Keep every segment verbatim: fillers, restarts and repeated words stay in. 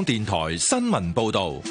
電台新聞報道。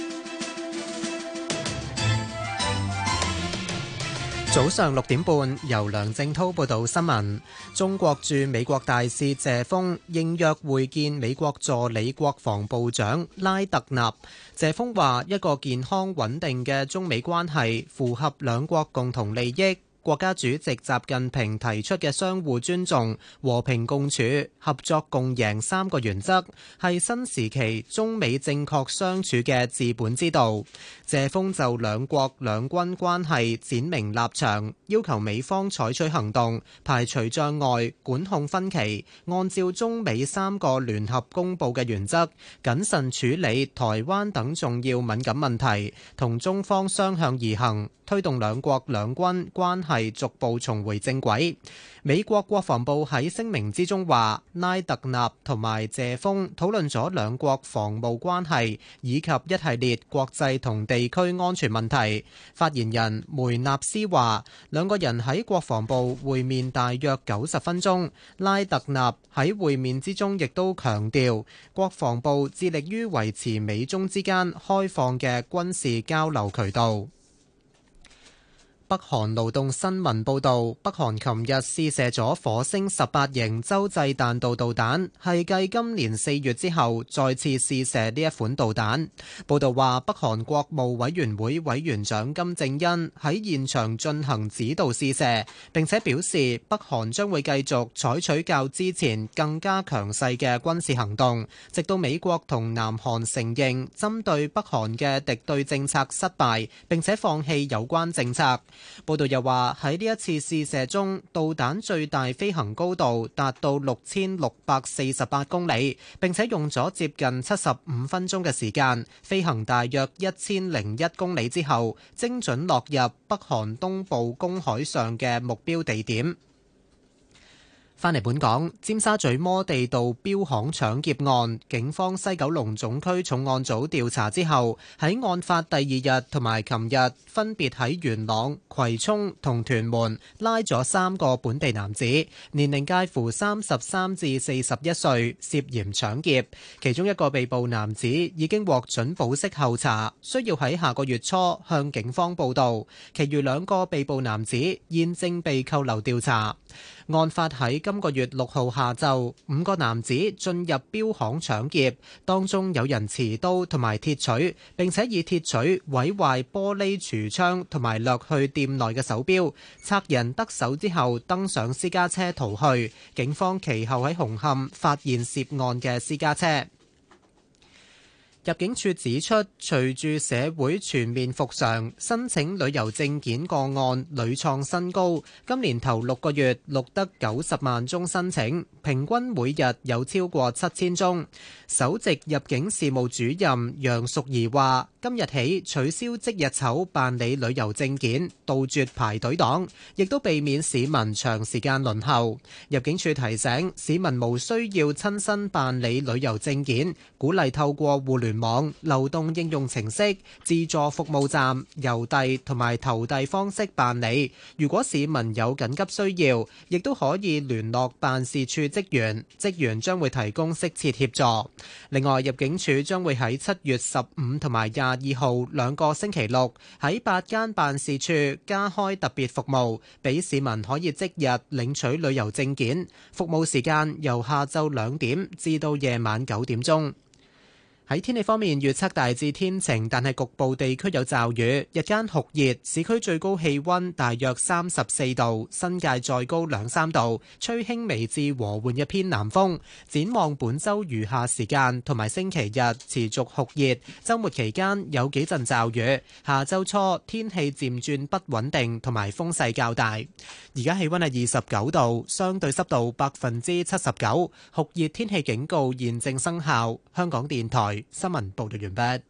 早上六點半，由梁正滔報道新聞。中國駐美國大使謝鋒應約會見美國助理國防部長拉特納。謝鋒話：一個健康穩定嘅中美關係符合兩國共同利益。國家主席習近平提出嘅相互尊重、和平共處、合作共贏三個原則，係新時期中美正確相處嘅治本之道。謝鋒就兩國兩軍關係闡明立場，要求美方採取行動，排除障礙，管控分歧，按照中美三個聯合公佈嘅原則，謹慎處理台灣等重要敏感問題，同中方相向而行，推動兩國兩軍關係逐步重回正軌。美國國防部喺聲明之中話，拉特納同埋謝鋒討論咗兩國防務關係以及一系列國際同地區安全問題。發言人梅納斯話，兩個人喺國防部會面大約九十分鐘。拉特納喺會面之中亦都強調，國防部致力於維持美中之間開放嘅軍事交流渠道。北韓勞動新聞報導，北韓琴日試射咗火星十八型洲際彈道導彈，係繼今年四月之後再次試射呢一款導彈。報導話，北韓國務委員會委員長金正恩喺現場進行指導試射，並且表示北韓將會繼續採取較之前更加強勢嘅軍事行動，直到美國同南韓承認針對北韓嘅敵對政策失敗，並且放棄有關政策。報道又話，喺呢一次試射中，導彈最大飛行高度達到六千六百四十八公里，並且用咗接近七十五分鐘嘅時間，飛行大約一千零一公里之後，精準落入北韓東部公海上嘅目標地點。返嚟本港，尖沙咀摩地道錶行搶劫案，警方西九龍總區重案組調查之後，喺案發第二日同埋琴日，分別喺元朗、葵涌同屯門拉咗三個本地男子，年齡介乎三十三至四十一歲，涉嫌搶劫。其中一個被捕男子已經獲准保釋候查，需要喺下個月初向警方報到。其餘兩個被捕男子現正被扣留調查。案發喺今個月六號下晝，五個男子進入錶行搶劫，當中有人持刀同埋鐵錘，並且以鐵錘毀壞玻璃櫥窗同埋掠去店內嘅手錶。賊人得手之後登上私家車逃去，警方其後喺紅磡發現涉案嘅私家車。入境處指出，隨住社會全面復常，申請旅遊證件個案屢創新高。今年頭六個月錄得九十萬宗申請，平均每日有超過七千宗。首席入境事務主任楊淑儀話，今日起取消即日籌辦理旅遊證件，杜絕排隊黨，亦都避免市民長時間輪候。入境處提醒市民無需要親身辦理旅遊證件，鼓勵透過互聯網、流動應用程式、自助服務站、郵遞同埋投遞方式辦理。如果市民有緊急需要，亦都可以聯絡辦事處職員，職員將會提供適切協助。另外，入境處將會喺七月十五同埋廿二號兩個星期六喺八間辦事處加開特別服務，俾市民可以即日領取旅遊證件。服務時間由下晝兩點至到夜晚九點鐘。喺天氣方面，預測大致天晴，但係局部地區有驟雨。日間酷熱，市區最高氣溫大約三十四度，新界再高兩三度，吹輕微至和緩嘅偏南風。展望本週餘下時間同埋星期日持續酷熱，週末期間有幾陣驟雨。下週初天氣漸轉不穩定，同埋風勢較大。而家氣溫係二十九度，相對濕度百分之七十九，酷熱天氣警告現正生效。香港電台新聞報道完畢。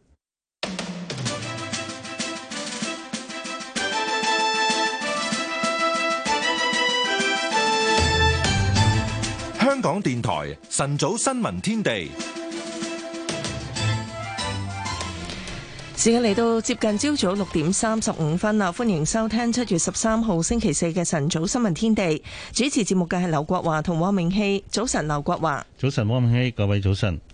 香港電台晨早新聞天地。 時間嚟到接近朝早六點三十五分啦，歡迎收聽七月十三號星期四嘅晨早新聞天地。主持節目嘅係劉國華同汪明熙。早晨，劉國華。 早晨，汪明熙。各位早晨。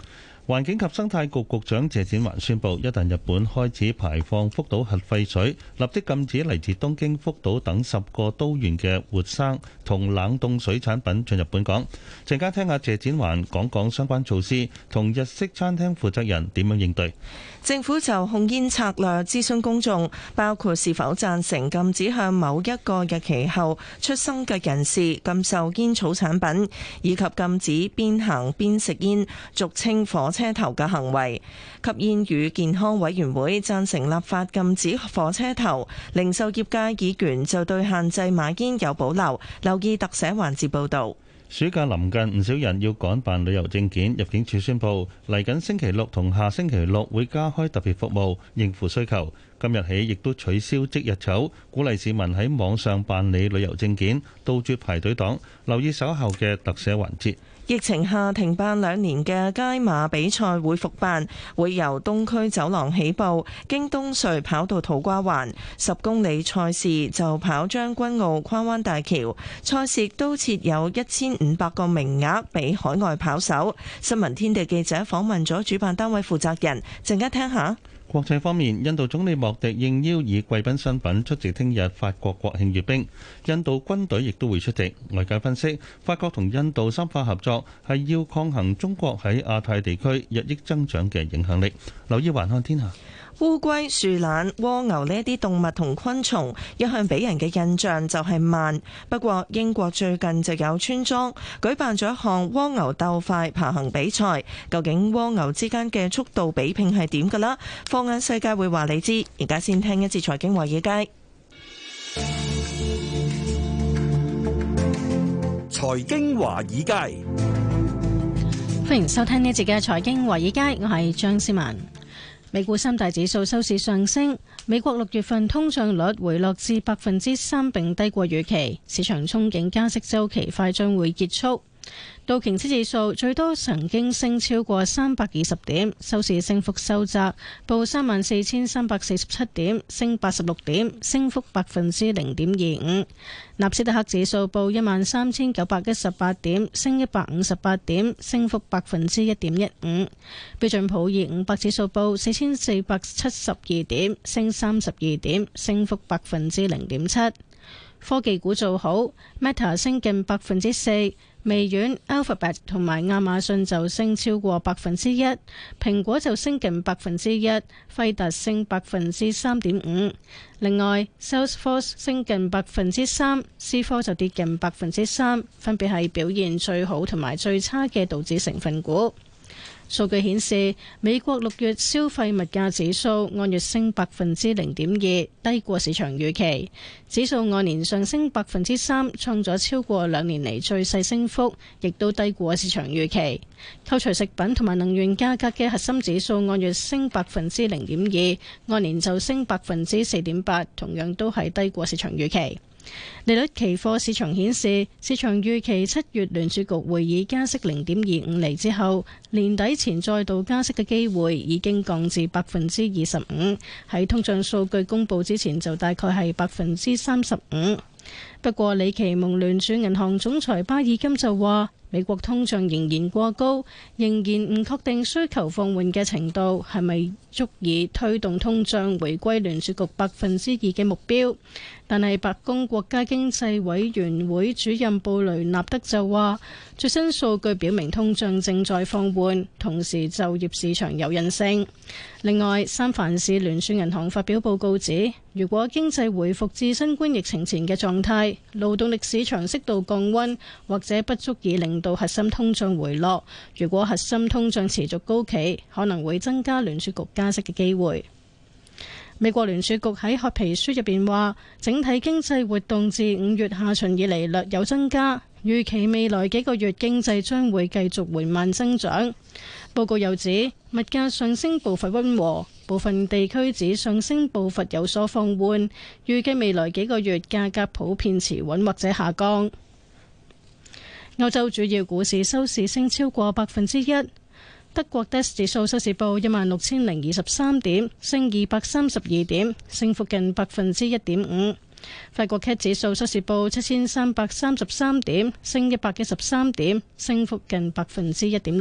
環境及生態局局長謝展寰宣布，一旦日本開始排放福島核廢水，立即禁止嚟自東京、福島等十個都縣嘅活生同冷凍水產品進入本港。陣間聽下謝展寰講講相關措施，同日式餐廳負責人點樣應對。 政府就控煙策略諮詢公眾，包括是否贊成禁止向某一個日期後出生嘅人士禁售煙草產品，以及禁止邊行邊食煙，俗稱火車頭嘅行為。吸煙與健康委員會贊成立法禁止火車頭，零售業界議員就對限制買煙有保留。留意特寫環節報導。 暑假臨近，唔少人要趕辦旅遊證件。入境處宣布，嚟緊星期六同下星期六會加開特別服務，應付需求。今日起亦都取消即日籌，鼓勵市民喺網上辦理旅遊證件，杜絕排隊黨。留意稍後嘅特寫環節。 疫情下停辦兩年嘅街馬比賽會復辦，會由東區走廊起步，經東隧跑到土瓜灣。十公里賽事就跑將軍澳跨灣大橋。賽事亦都設有一千五百個名額俾海外跑手。新聞天地記者訪問咗主辦單位負責人，陣間聽下。 國際方面，印度總理莫迪應邀以貴賓身份出席聽日法國國慶閱兵，印度軍隊亦都會出席。外界分析，法國同印度深化合作係要抗衡中國喺亞太地區日益增長嘅影響力。留意環看天下。 烏龜、樹懶、蝸牛呢一啲動物同昆蟲一向俾人嘅印象就係慢。不過英國最近就有村莊舉辦咗一項蝸牛鬥快爬行比賽，究竟蝸牛之間嘅速度比拼係點㗎啦？放眼世界會話你知。而家先聽一節財經華爾街。 財經華爾街， 歡迎收聽呢一節嘅財經華爾街，我係張思文。美股三大指數收市上升，美國六月份通脹率回落至百分之三，並低過預期，市場憧憬加息週期快將會結束。道瓊斯指數最多曾經升超過三百二十點，收市升幅收窄，報三萬四千三百四十七點，升八十六點，升幅百分之零點二五。納斯達克指數報一萬三千九百一十八點，升一百五十八點，升幅百分之一點一五。標準普爾五百指數報四千四百七十二點，升三十二點，升幅百分之零點七。科技股做好 ，Meta 升近百分之四。微軟、Alphabet 同埋亞馬遜就升超過百分之一，蘋果就升近百分之一，輝達升百分之三點五。另外 Salesforce 升近百分之三，思科就跌近百分之三，分別係表現最好同埋最差嘅道指成分股。數據顯示，美國六月消費物價指數按月升百分之零點二，低過市場預期。指數按年上升百分之三，創咗超過兩年嚟最細升幅，亦都低過市場預期。扣除食品同埋能源價格嘅核心指數按月升百分之零點二，按年就升百分之四點八，同樣都係低過市場預期。利率期貨市場顯示，市場預期七月聯儲局會議加息零點二五厘之後，年底前再度加息嘅機會已經降至百分之二十五。喺通脹數據公佈之前就大概係百分之三十五。不過，里奇蒙聯儲銀行總裁巴爾金就話，美國通脹仍然過高，仍然唔確定需求放緩嘅程度係咪足以推動通脹回歸聯儲局百分之二嘅目標。但係白宮國家經濟委員會主任布雷納德就話，最新數據表明通脹正在放緩，同時就業市場有韌性。另外，三藩市聯儲銀行發表報告指，如果經濟回復至新冠疫情前嘅狀態，勞動力市場適度降溫，或者不足以令到核心通脹回落。如果核心通脹持續高企，可能會增加聯儲局加息嘅機會。美國聯儲局喺褐皮書入邊話，整體經濟活動自五月下旬以嚟略有增加，預期未來幾個月經濟將會繼續緩慢增長。報告又指，物價上升步伐溫和，部分地區指上升步伐有所放緩，預計未來幾個月價格普遍持穩或者下降。歐洲主要股市收市升超過百分之一。德國 D A X 指數收市報一萬六千零二十三點，升二百三十二點，升幅近百分之一點五。法國 C A C 指數收市報七千三百三十三點，升一百一十三點，升幅近百分之一點六。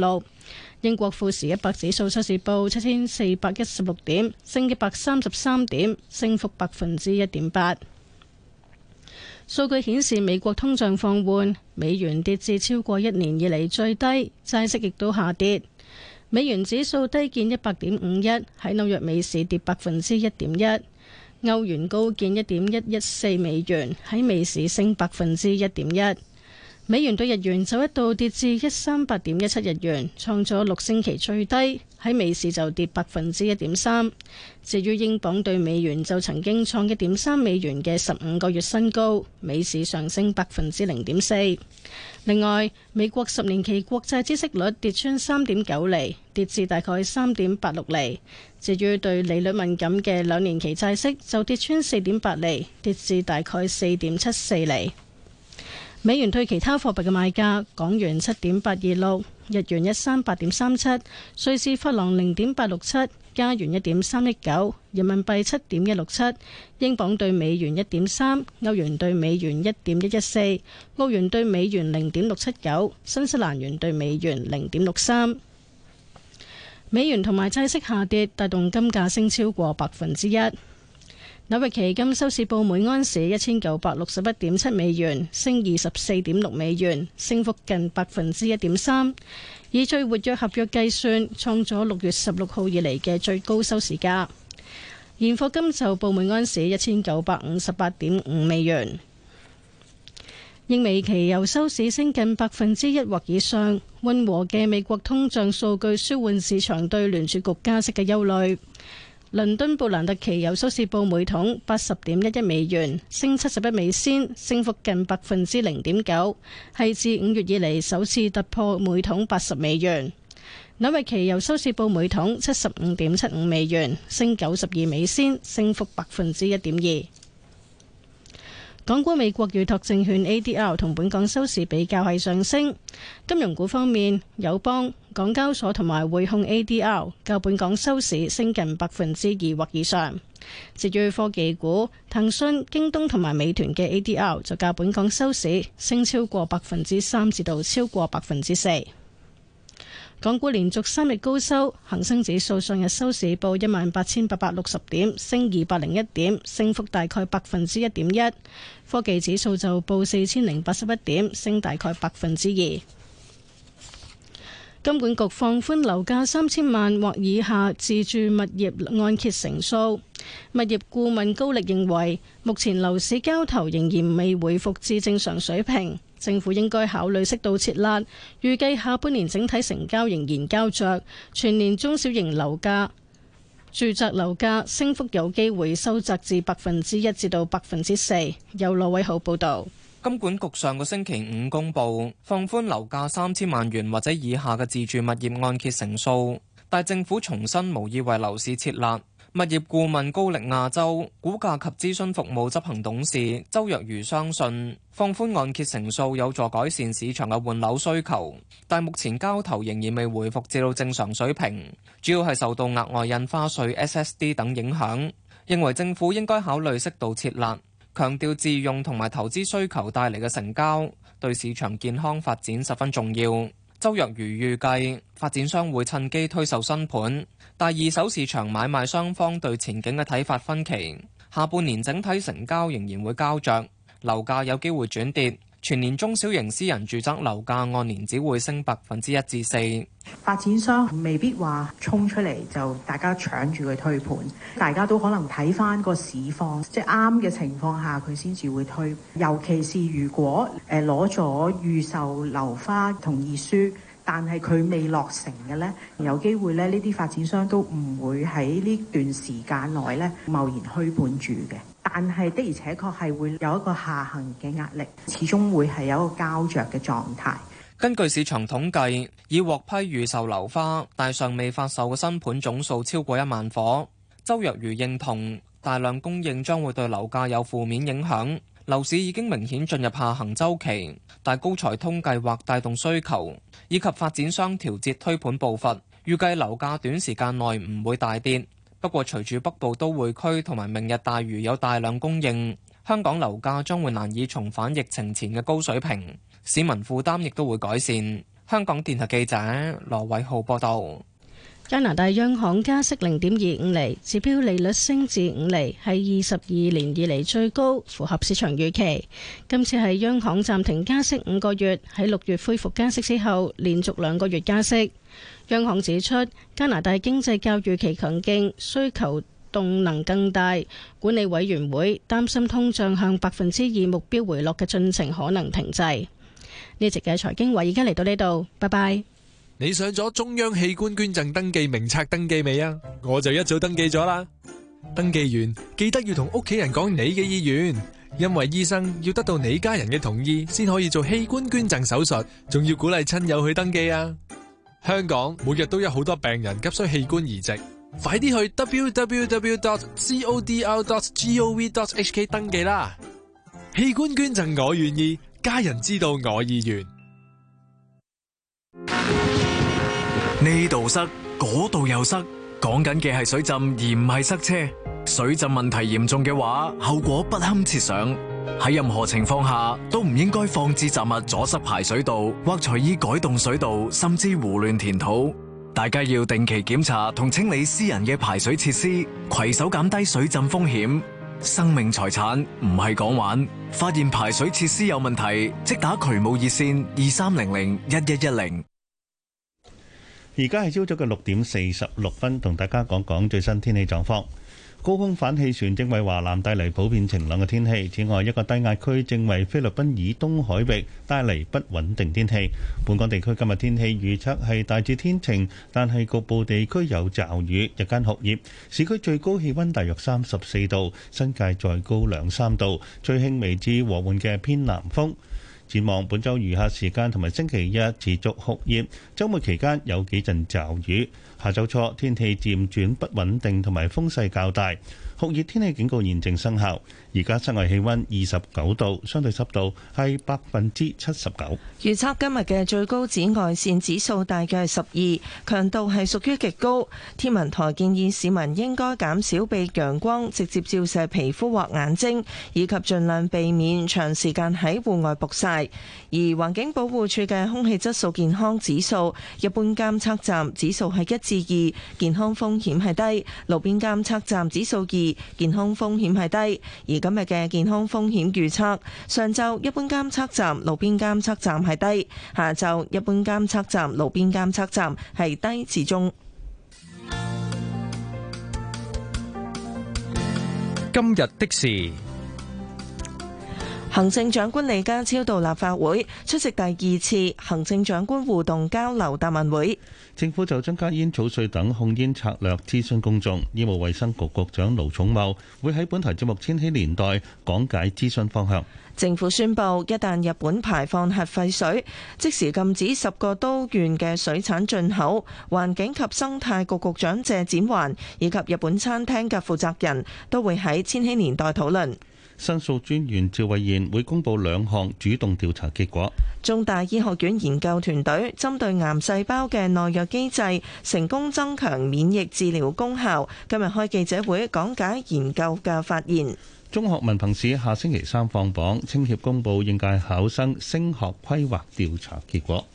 英國富時一百指數收市報七千四百一十六點，升一百三十三點，升幅百分之一點八。數據顯示美國通脹放緩，美元跌至超過一年以嚟最低，債息亦都下跌。美元指數低見一百點五一，喺紐約美市跌百分之一點一。歐元高見一點一一四美元，喺美市升百分之一點一。美元對日元就一度跌至一三八點一七日元，創咗六星期最低，喺美市就跌百分之一點三。至於英鎊對美元就曾經創一點三美元嘅十五個月新高，美市上升百分之零點四。另外，美國十年期國債孳息率跌穿三點九厘，跌至大概三點八六厘。至於對利率敏感嘅兩年期債息就跌穿四點八厘，跌至大概四點七四厘。美元對其他貨幣嘅賣價：港元七點八二六，日元一三八點三七，瑞士法郎零點八六七，加元一點三一九，人民幣七點一六七，英鎊對美元一點三，歐元對美元一點一一四，澳元對美元零點六七九，新西蘭元對美元零點六三。美元同埋債息下跌，帶動金價升超過百分之一。紐約期金收市報每安士一千九百六十一點七美元，升二十四點六美元，升幅近百分之一點三。以最活躍合約計算，創咗六月十六號以嚟嘅最高收市價。現貨金就報每安士一千九百五十八點五美元。英美期油收市升近百分之一或以上，溫和嘅美國通脹數據舒緩市場對聯儲局加息嘅憂慮。倫敦布蘭特期油收市報每桶八十點一一美元，升七十一美仙，升幅近百分之零點九，係自五月以嚟首次突破每桶八十美元。紐約期油收市報每桶七十五點七五美元，升九十二美仙，升幅百分之一點二。港股美國預託證券 A D R 同本港收市比較係上升。金融股方面，友邦、港交所同埋匯控 A D R 較本港收市升近百分之二或以上。至於科技股，騰訊、京東同埋美團嘅 A D R 就較本港收市升超過百分之三至到超過百分之四。港股連續三日高收，恒生指數上日收市報一萬八千八百六十點，升二百零一點，升幅大概百分之一點一。科技指數就報四千零八十一點，升大概百分之二。金管局放寬樓價三千萬或以下自住物業按揭成數。物業顧問高力認為，目前樓市交投仍然未回復至正常水平，政府應該考慮適度撤辣。預計下半年整體成交仍然膠着，全年中小型樓價、住宅樓價升幅有機會收窄至百分之一至到百分之四。由羅偉浩報導。 金管局上個星期五公布放寬樓價三千萬元或者以下嘅自住物業按揭成數，但政府重申無意為樓市設立。物業顧問高力亞洲估價及諮詢服務執行董事周若如相信，放寬按揭成數有助改善市場嘅換樓需求，但目前交投仍然未回復至到正常水平，主要係受到額外印花稅 S S D 等影響。認為政府應該考慮適度設立，強調自用同埋投資需求帶嚟嘅成交對市場健康發展十分重要。周若如預計發展商會趁機推售新盤，但二手市場買賣雙方對前景嘅睇法分歧，下半年整體成交仍然會膠着，樓價有機會轉跌。全年中小型私人住宅樓價按年只會升百分之一至四。 發展商未必話衝出嚟就大家搶住去推盤，大家都可能睇翻個市況，即係啱嘅情況下佢先至會推。尤其是如果誒攞咗預售樓花同意書，但係佢未落成嘅呢，有機會咧呢啲發展商都唔會喺呢段時間內咧貿然虛盤住嘅。但係的而且確係會有一個下行嘅壓力，始終會係有一個膠着嘅狀態。 根據市場統計，已獲批預售樓花但尚未發售嘅新盤總數超過一萬夥。周若如認同大量供應將會對樓價有負面影響，樓市已經明顯進入下行週期，但高才通計劃帶動需求，以及發展商調節推盤步伐，預計樓價短時間內唔會大跌。不過，隨住北部都會區同埋明日大嶼有大量供應，香港樓價將會難以重返疫情前嘅高水平，市民負擔亦都會改善。 香港電台記者羅偉浩報道。 加拿大央行加息零點二五厘，指標利率升至五厘，係二十二年以嚟最高，符合市場預期。今次係央行暫停加息五個月，喺六月恢復加息之後，連續兩個月加息。央行指出，加拿大經濟較預期強勁，需求動能更大。管理委員會擔心通脹向百分之二目標回落嘅進程可能停滯。呢集嘅財經話，而家嚟到呢度，拜拜。 你上咗中央器官捐贈登記名冊登記未啊？我就一早登記咗啦。登記完記得要同屋企人講你嘅意願，因為醫生要得到你家人嘅同意先可以做器官捐贈手術，仲要鼓勵親友去登記啊。香港每日都有好多病人急需器官移植，快啲去 double-u double-u double-u dot codr dot gov dot hk 登記啦。器官捐贈我願意，家人知道我意願。 呢度塞，嗰度又塞，講緊嘅係水浸而唔係塞車。水浸問題嚴重嘅話，後果不堪設想。喺任何情況下都唔應該放置雜物阻塞排水道，或隨意改動水道，甚至胡亂填土。大家要定期檢查同清理私人嘅排水設施，攜手減低水浸風險。生命財產唔係講玩，發現排水設施有問題，即打渠務熱線二三零零一一一零。 而家係朝早嘅六點四十六分，同大家講講最新天氣狀況。高空反氣旋正為華南帶嚟普遍晴朗嘅天氣，此外一個低壓區正為菲律賓以東海域帶嚟不穩定天氣。本港地區今日天氣預測係大致天晴，但係局部地區有驟雨，日間酷熱，市區最高氣溫大約三十四度，新界再高兩三度，吹輕微至和緩嘅偏南風。展望本週餘下時間同埋星期一持續酷熱，週末期間有幾陣驟雨。下週初天氣漸轉不穩定同埋風勢較大，酷熱天氣警告現正生效。而家室外氣溫二十九度，相對濕度係百分之七十九。 預測今日嘅最高紫外線指數大約係十二，強度係屬於極高。天文台建議市民應該減少被陽光直接照射皮膚或眼睛，以及盡量避免長時間喺戶外曝曬。而環境保護署嘅空氣質素健康指數，一般監測站指數係一至二，健康風險係低；路邊監測站指數二，健康風險係低。而今日嘅健康風險預測，上晝一般監測站、路邊監測站係低，下晝一般監測站、路邊監測站係低至中。 今日的事， 行政長官李家超到立法會出席第二次行政長官互動交流答問會。 政府就增加煙草稅等控煙策略諮詢公眾，醫務衛生局局長盧寵茂會喺本台節目《千禧年代》講解諮詢方向。 政府宣布，一旦日本排放核廢水，即時禁止十個都縣嘅水產進口。環境及生態局局長謝展寰以及日本餐廳嘅負責人都會喺《千禧年代》討論。 申訴專員趙慧賢會公布兩項主動調查結果。 中大醫學院研究團隊針對癌細胞嘅內藥機制，成功增強免疫治療功效。今日開記者會講解研究嘅發現。 中學文憑試下星期三放榜，青協公布應屆考生升學規劃調查結果。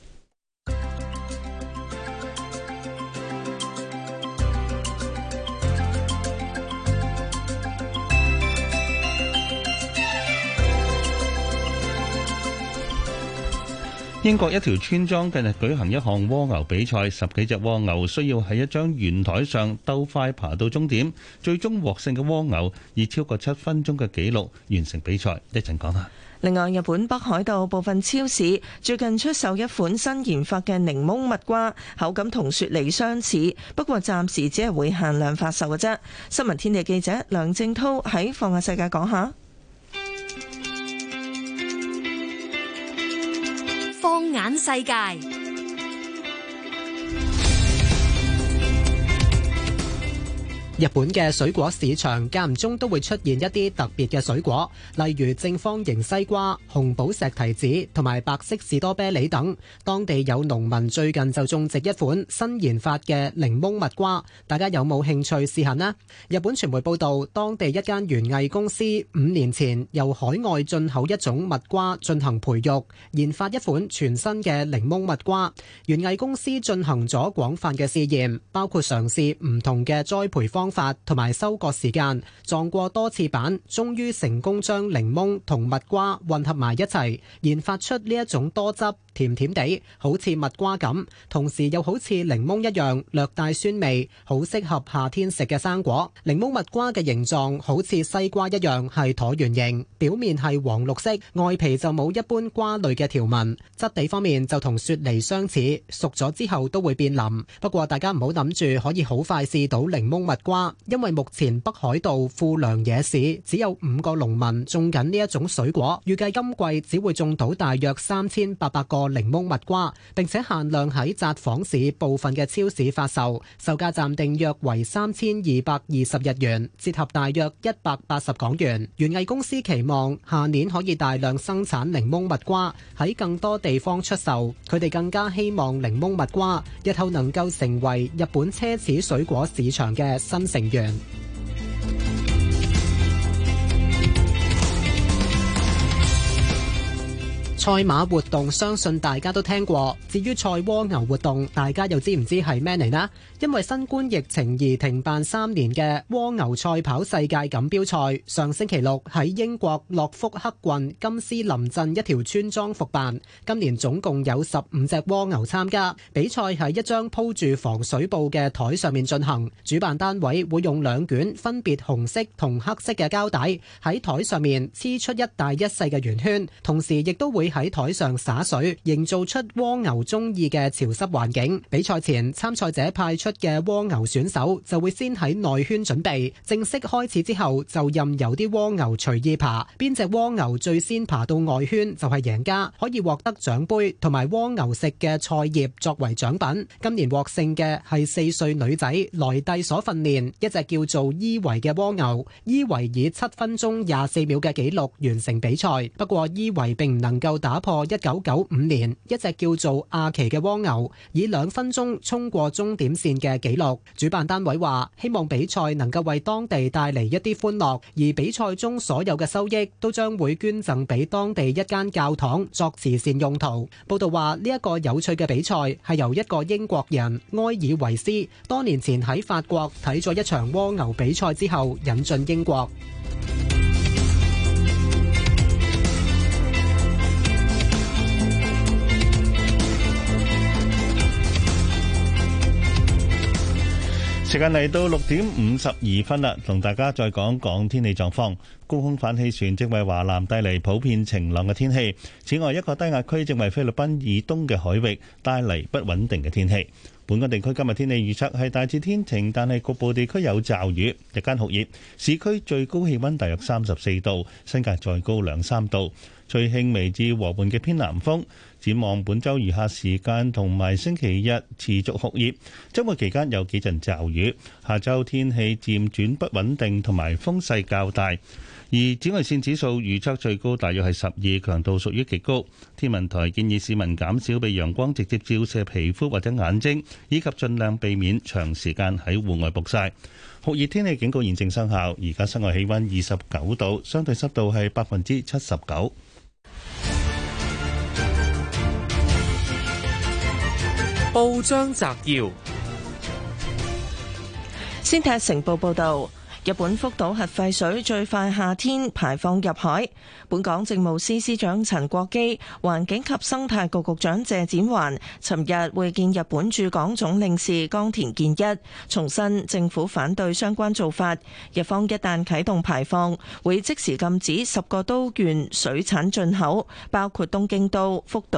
英國一條村莊近日舉行一項蝸牛比賽，十幾隻蝸牛需要喺一張圓台上鬥快爬到終點，最終獲勝嘅蝸牛以超過七分鐘嘅紀錄完成比賽。一陣講下。 另外，日本北海道部分超市最近出售一款新研發嘅檸檬蜜瓜，口感同雪梨相似，不過暫時只係會限量發售嘅啫。新聞天地記者梁正濤喺放眼世界講下。 放眼世界， 日本嘅水果市場間唔中都會出現一啲特別嘅水果，例如正方形西瓜、紅寶石提子同埋白色士多啤梨等。當地有農民最近就種植一款新研發嘅檸檬蜜瓜，大家有冇興趣試下呢？日本傳媒報道，當地一間園藝公司五年前由海外進口一種蜜瓜進行培育，研發一款全新嘅檸檬蜜瓜。園藝公司進行咗廣泛嘅試驗，包括嘗試唔同嘅栽培方法同埋收割時間，撞過多次板，終於成功將檸檬同蜜瓜混合埋一齊，研發出呢一種多汁、甜甜地，好似蜜瓜咁，同時又好似檸檬一樣略帶酸味，好適合夏天食嘅生果。檸檬蜜瓜嘅形狀好似西瓜一樣係橢圓形，表面係黃綠色，外皮就冇一般瓜類嘅條紋，質地方面就同雪梨相似，熟咗之後都會變腍。不過大家唔好諗住可以好快試到檸檬蜜瓜，因為目前北海道富良野市只有五個農民種緊呢一種水果，預計今季只會種到大約三千八百個檸檬蜜瓜，並且限量喺札幌市部分嘅超市發售，售價暫定約為三千二百二十日元，折合大約一百八十港元。園藝公司期望下年可以大量生產檸檬蜜瓜，喺更多地方出售。佢哋更加希望檸檬蜜瓜日後能夠成為日本奢侈水果市場嘅新成員。賽馬活動相信大家都聽過，至於賽蝸牛活動，大家又知唔知係咩嚟呢？因為新冠疫情而停辦三年嘅蝸牛賽跑世界錦標賽，上星期六喺英國諾福克郡金斯林鎮一條村莊復辦。今年總共有十五隻蝸牛參加，比賽喺一張鋪住防水布嘅台上面進行。主辦單位會用兩卷分別紅色同黑色嘅膠帶喺台上面黐出一大一細嘅圓圈，同時亦都會喺台上灑水，營造出蝸牛中意嘅潮濕環境。比賽前，參賽者派出嘅蝸牛選手就會先喺內圈準備，正式開始之後就任由啲蝸牛隨意爬，邊隻蝸牛最先爬到外圈就係贏家，可以獲得獎杯同埋蝸牛食嘅菜葉作為獎品。今年獲勝嘅係四歲女仔萊蒂所訓練一隻叫做伊維嘅蝸牛，伊維以七分鐘廿四秒嘅紀錄完成比賽。不過伊維並唔能夠打破一九九五年一隻叫做阿奇嘅蝸牛以兩分鐘衝過終點線嘅紀錄。主辦單位話希望比賽能夠為當地帶嚟一啲歡樂，而比賽中所有嘅收益都將會捐贈俾當地一間教堂作慈善用途。報道話呢一個有趣嘅比賽係由一個英國人埃爾維斯多年前喺法國睇咗一場蝸牛比賽之後引進英國。 時間嚟到六點五十二分啦，同大家再講講天氣狀況。高空反氣旋正為華南帶嚟普遍晴朗嘅天氣。此外，一個低壓區正為菲律賓以東嘅海域帶嚟不穩定嘅天氣。本港地區今日天氣預測係大致天晴，但係局部地區有驟雨，日間酷熱，市區最高氣溫大約三十四度，新界再高兩三度，吹輕微至和緩嘅偏南風。展望本週餘下時間同埋星期日持續酷熱，週末期間有幾陣驟雨，下週天氣漸轉不穩定同埋風勢較大，而紫外線指數預測最高大約係十二，強度屬於極高。天文台建議市民減少被陽光直接照射皮膚或者眼睛，以及盡量避免長時間喺戶外曝曬。酷熱天氣警告現正生效，而家室外氣溫二十九度，相對濕度係百分之七十九。 報章摘要： 先睇成報報道，日本福島核廢水最快夏天排放入海。本港政務司司長陳國基、環境及生態局局長謝展寰尋日會見日本駐港總領事岡田健一，重申政府反對相關做法。日方一旦啟動排放，會即時禁止十個都縣水產進口，包括東京都、福島、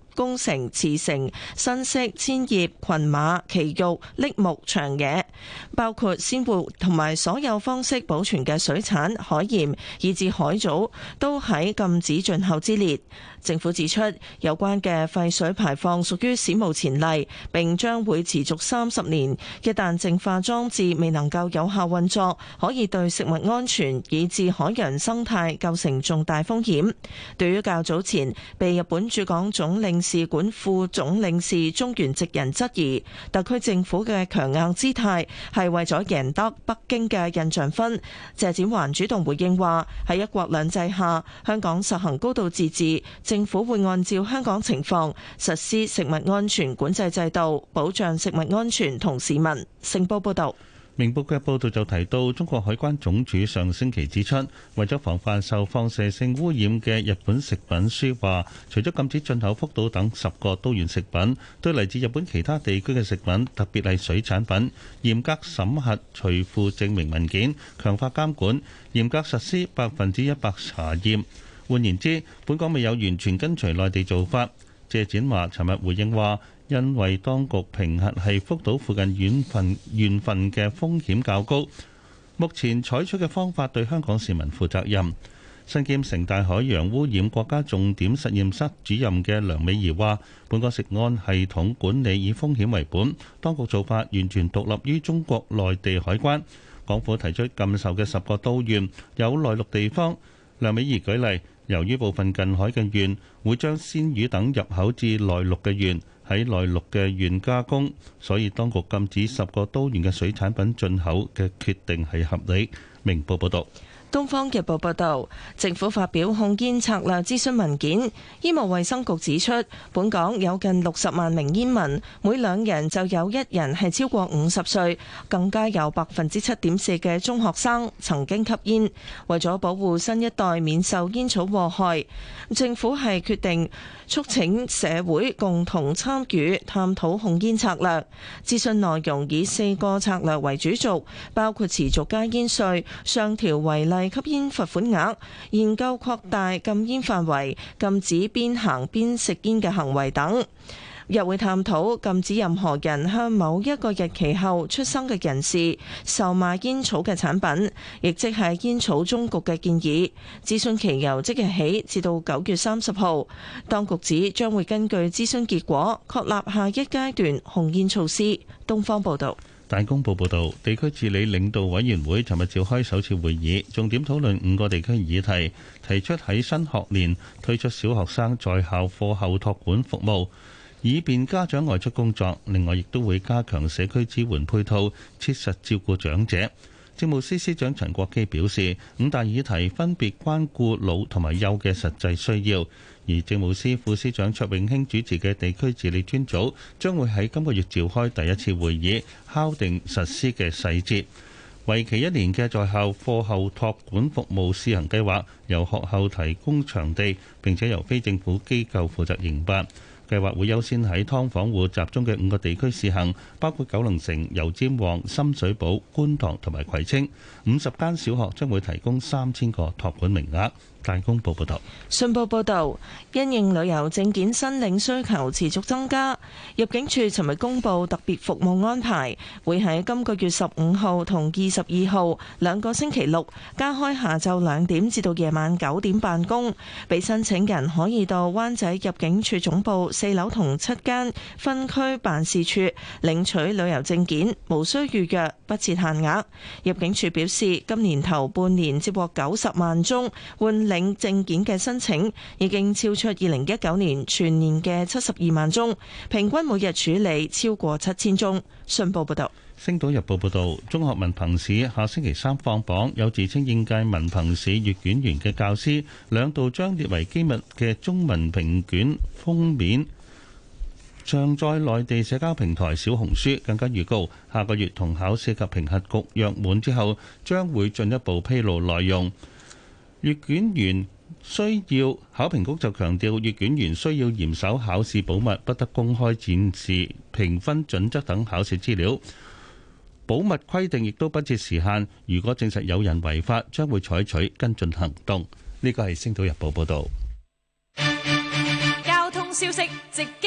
工程、瓷成、新式、千葉、群馬、奇玉、櫪木、長野，包括鮮活同埋所有方式保存嘅水產、海鹽以至海藻，都喺禁止進口之列。政府指出，有關嘅廢水排放屬於史無前例，並將會持續三十年。一旦淨化裝置未能夠有效運作，可以對食物安全以至海洋生態構成重大風險。對於較早前被日本駐港總領事館副總領事中原直人質疑特區政府嘅強硬姿態係為咗贏得北京嘅印象分，謝展寰主動回應話：喺一國兩制下，香港實行高度自治。政府會按照香港情況實施食物安全管制制度，保障食物安全同市民。成報報道。 明報嘅報導就提到，中國海關總署上星期指出，為咗防範受放射性污染嘅日本食品輸華，除咗禁止進口福島等十個都縣食品，對嚟自日本其他地區嘅食品，特別係水產品，嚴格審核隨附證明文件，強化監管，嚴格實施百分之一百查驗。換言之，本港未有完全跟隨內地做法。謝展華尋日回應話，因為當局評核係福島附近縣份縣份嘅風險較高，目前採取嘅方法對香港市民負責任。身兼城大海洋污染國家重點實驗室主任嘅梁美儀話，本港食安系統管理以風險為本，當局做法完全獨立於中國內地海關。港府提出禁售嘅十個都縣有內陸地方。梁美儀舉例，由於部分近海嘅縣會將鮮魚等入口至內陸嘅縣，喺內陸嘅縣加工，所以當局禁止十個都縣嘅水產品進口嘅決定係合理。明報報道。 《東方日報》報導，政府發表控煙策略諮詢文件，醫務衛生局指出，本港有近六十萬名煙民，每兩人就有一人係超過五十歲，更加有百分之七點四嘅中學生曾經吸煙。為咗保護新一代免受煙草禍害，政府係決定促請社會共同參與探討控煙策略。諮詢內容以四個策略為主軸，包括持續加煙稅、上調違例吸煙罰款額、研究擴大禁煙範圍、禁止邊行邊食煙嘅行為等。又會探討禁止任何人向某一個日期後出生嘅人士售賣煙草嘅產品，亦即係煙草終局嘅建議。諮詢期由即日起至到九月三十號。當局指將會根據諮詢結果確立下一階段控煙措施。東方報道。 大公報報導，地區治理領導委員會尋日召開首次會議，重點討論五個地區議題，提出喺新學年推出小學生在校課後託管服務，以便家長外出工作。另外，亦都會加強社區支援配套，切實照顧長者。政務司司長陳國基表示，五大議題分別關顧老同埋幼嘅實際需要。而政務司副司長卓永興主持嘅地區治理專組將會喺今個月召開第一次會議，敲定實施嘅細節。為期一年嘅在校課後託管服務試行計劃，由學校提供場地，並且由非政府機構負責營辦。計劃會優先喺劏房戶集中嘅五個地區試行，包括九龍城、油尖旺、深水埗、觀塘同埋葵青。五十間小學將會提供三千個託管名額。大公報報道。 信報報導，因應旅遊證件申領需求持續增加，入境處尋日公布特別服務安排，會喺今個月十五號同二十二號兩個星期六加開下晝兩點至到夜晚九點辦公，俾申請人可以到灣仔入境處總部四樓同七間分區辦事處領取旅遊證件，無需預約，不設限額。入境處表示，今年頭半年接獲九十萬宗換領證件嘅申請，已經超出二零一九年全年嘅七十二萬宗，平均每日處理超過七千宗。信報報道。 《星島日報》報道，中學文憑試下星期三放榜，有自稱應屆文憑試閱卷員嘅教師兩度將列為機密嘅中文評卷封面上載內地社交平台小紅書，更加預告下個月同考試及評核局約滿之後，將會進一步披露內容。閱卷員需要考評局就強調，閱卷員需要嚴守考試保密，不得公開展示評分準則等考試資料。保密規定亦都不設時限，如果證實有人違法，將會採取跟進行動。呢個係《星島日報》報導。 交通消息直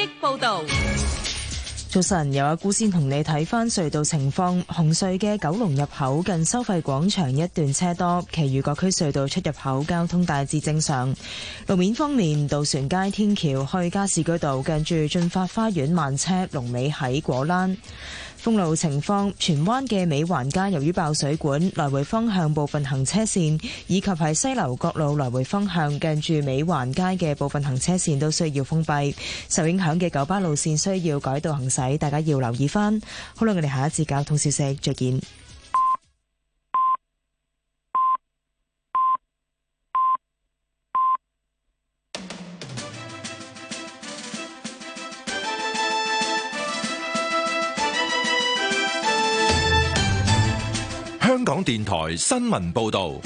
擊報導。 早晨，有阿姑先同你睇返隧道情況。紅隧嘅九龍入口近收費廣場一段車多，其餘各區隧道出入口交通大致正常。路面方面，渡船街天橋去加士居道近住駿發花園慢車，龍尾喺果欄。封路情況，荃灣嘅美環街由於爆水管，來回方向部分行車線，以及喺西樓角路來回方向近住美環街嘅部分行車線都需要封閉。受影響嘅九巴路線需要改道行駛，大家要留意返。好啦，我哋下一節交通消息再見。 香港電台新聞報道。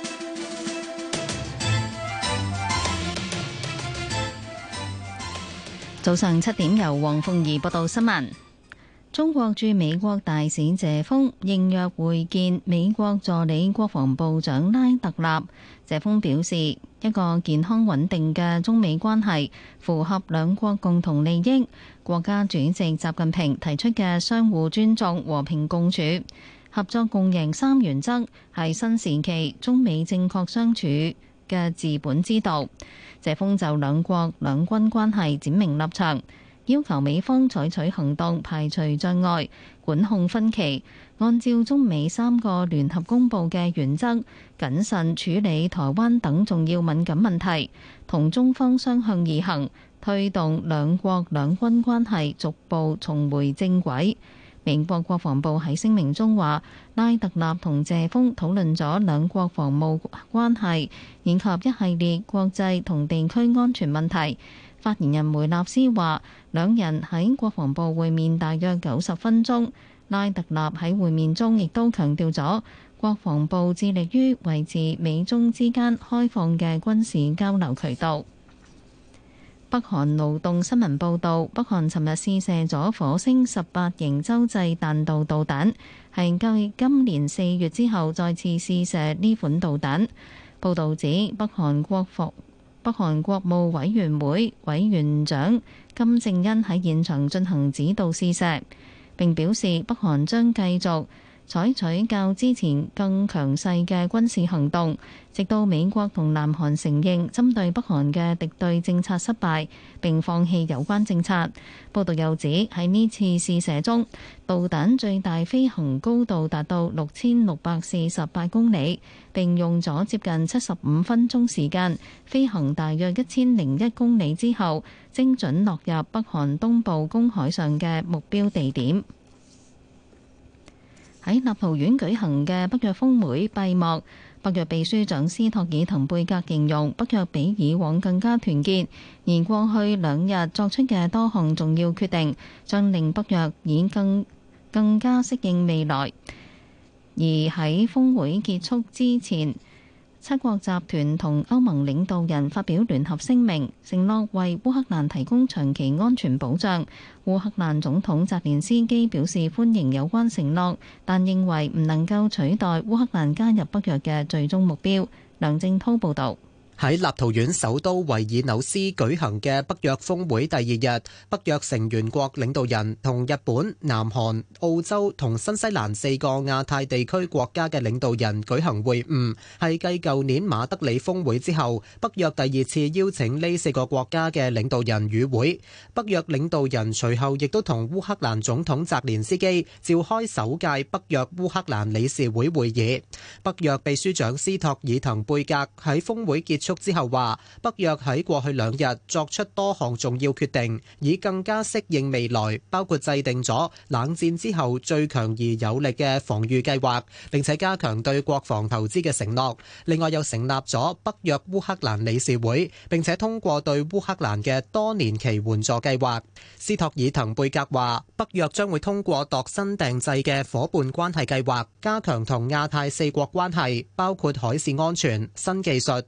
早上七點，由黃鳳儀報道新聞。中國駐美國大使謝鋒應約會見美國助理國防部長拉特納。謝鋒表示，一個健康穩定嘅中美關係符合兩國共同利益。國家主席習近平提出嘅相互尊重、和平共處、合作共贏三原則係新時期中美正確相處嘅治本之道。謝鋒就兩國兩軍關係闡明立場，要求美方採取行動排除障礙、管控分歧，按照中美三個聯合公報嘅原則，謹慎處理台灣等重要敏感問題，同中方相向而行，推動兩國兩軍關係逐步重回正軌。美國國防部喺聲明中話，拉特納同謝鋒討論咗兩國防務關係以及一系列國際同地區安全問題。發言人梅納斯話，兩人喺國防部會面大約九十分鐘。拉特納喺會面中亦都強調咗國防部致力於維持美中之間開放嘅軍事交流渠道。北韓勞動新聞報導，北韓尋日試射咗火星十八型洲際彈道導彈，係繼今年四月之後再次試射呢款導彈。報導指，北韓國防北韓國務委員會委員長金正恩喺現場進行指導試射，並表示北韓將繼續採取較之前更強勢嘅軍事行動，直到美國同南韓承認針對北韓嘅敵對政策失敗並放棄有關政策。報道又指，喺呢次試射中，導彈最大飛行高度達到六千六百四十八公里，並用咗接近七十五分鐘時間飛行大約一千零一公里之後，精準落入北韓東部公海上嘅目標地點。喺立陶宛舉行嘅北約峰會閉幕，北約秘書長斯托爾滕貝格形容北約比以往更加團結，而過去兩日作出嘅多項重要決定，將令北約以更更加適應未來。而喺峰會結束之前，七國集團同歐盟領導人發表聯合聲明，承諾為烏克蘭提供長期安全保障。烏克蘭總統澤連斯基表示歡迎有關承諾，但認為唔能夠取代烏克蘭加入北約嘅最終目標。梁正滔報導。 喺立陶宛首都維爾紐斯舉行嘅北約峰會第二日，北約成員國領導人同日本、南韓、澳洲同新西蘭四個亞太地區國家嘅領導人舉行會晤，係繼舊年馬德里峰會之後，北約第二次邀請呢四個國家嘅領導人與會。北約領導人隨後亦都同烏克蘭總統澤連斯基召開首屆北約烏克蘭理事會會議。北約秘書長斯托爾滕貝格喺峰會結束之後話，北約喺過去兩日作出多項重要決定，以更加適應未來，包括制定咗冷戰之後最強而有力嘅防禦計劃，並且加強對國防投資嘅承諾。另外又成立咗北約烏克蘭理事會，並且通過對烏克蘭嘅多年期援助計劃。斯托爾滕貝格話，北約將會通過度身訂製嘅伙伴關係計劃，加強同亞太四國關係，包括海事安全、新技術、網絡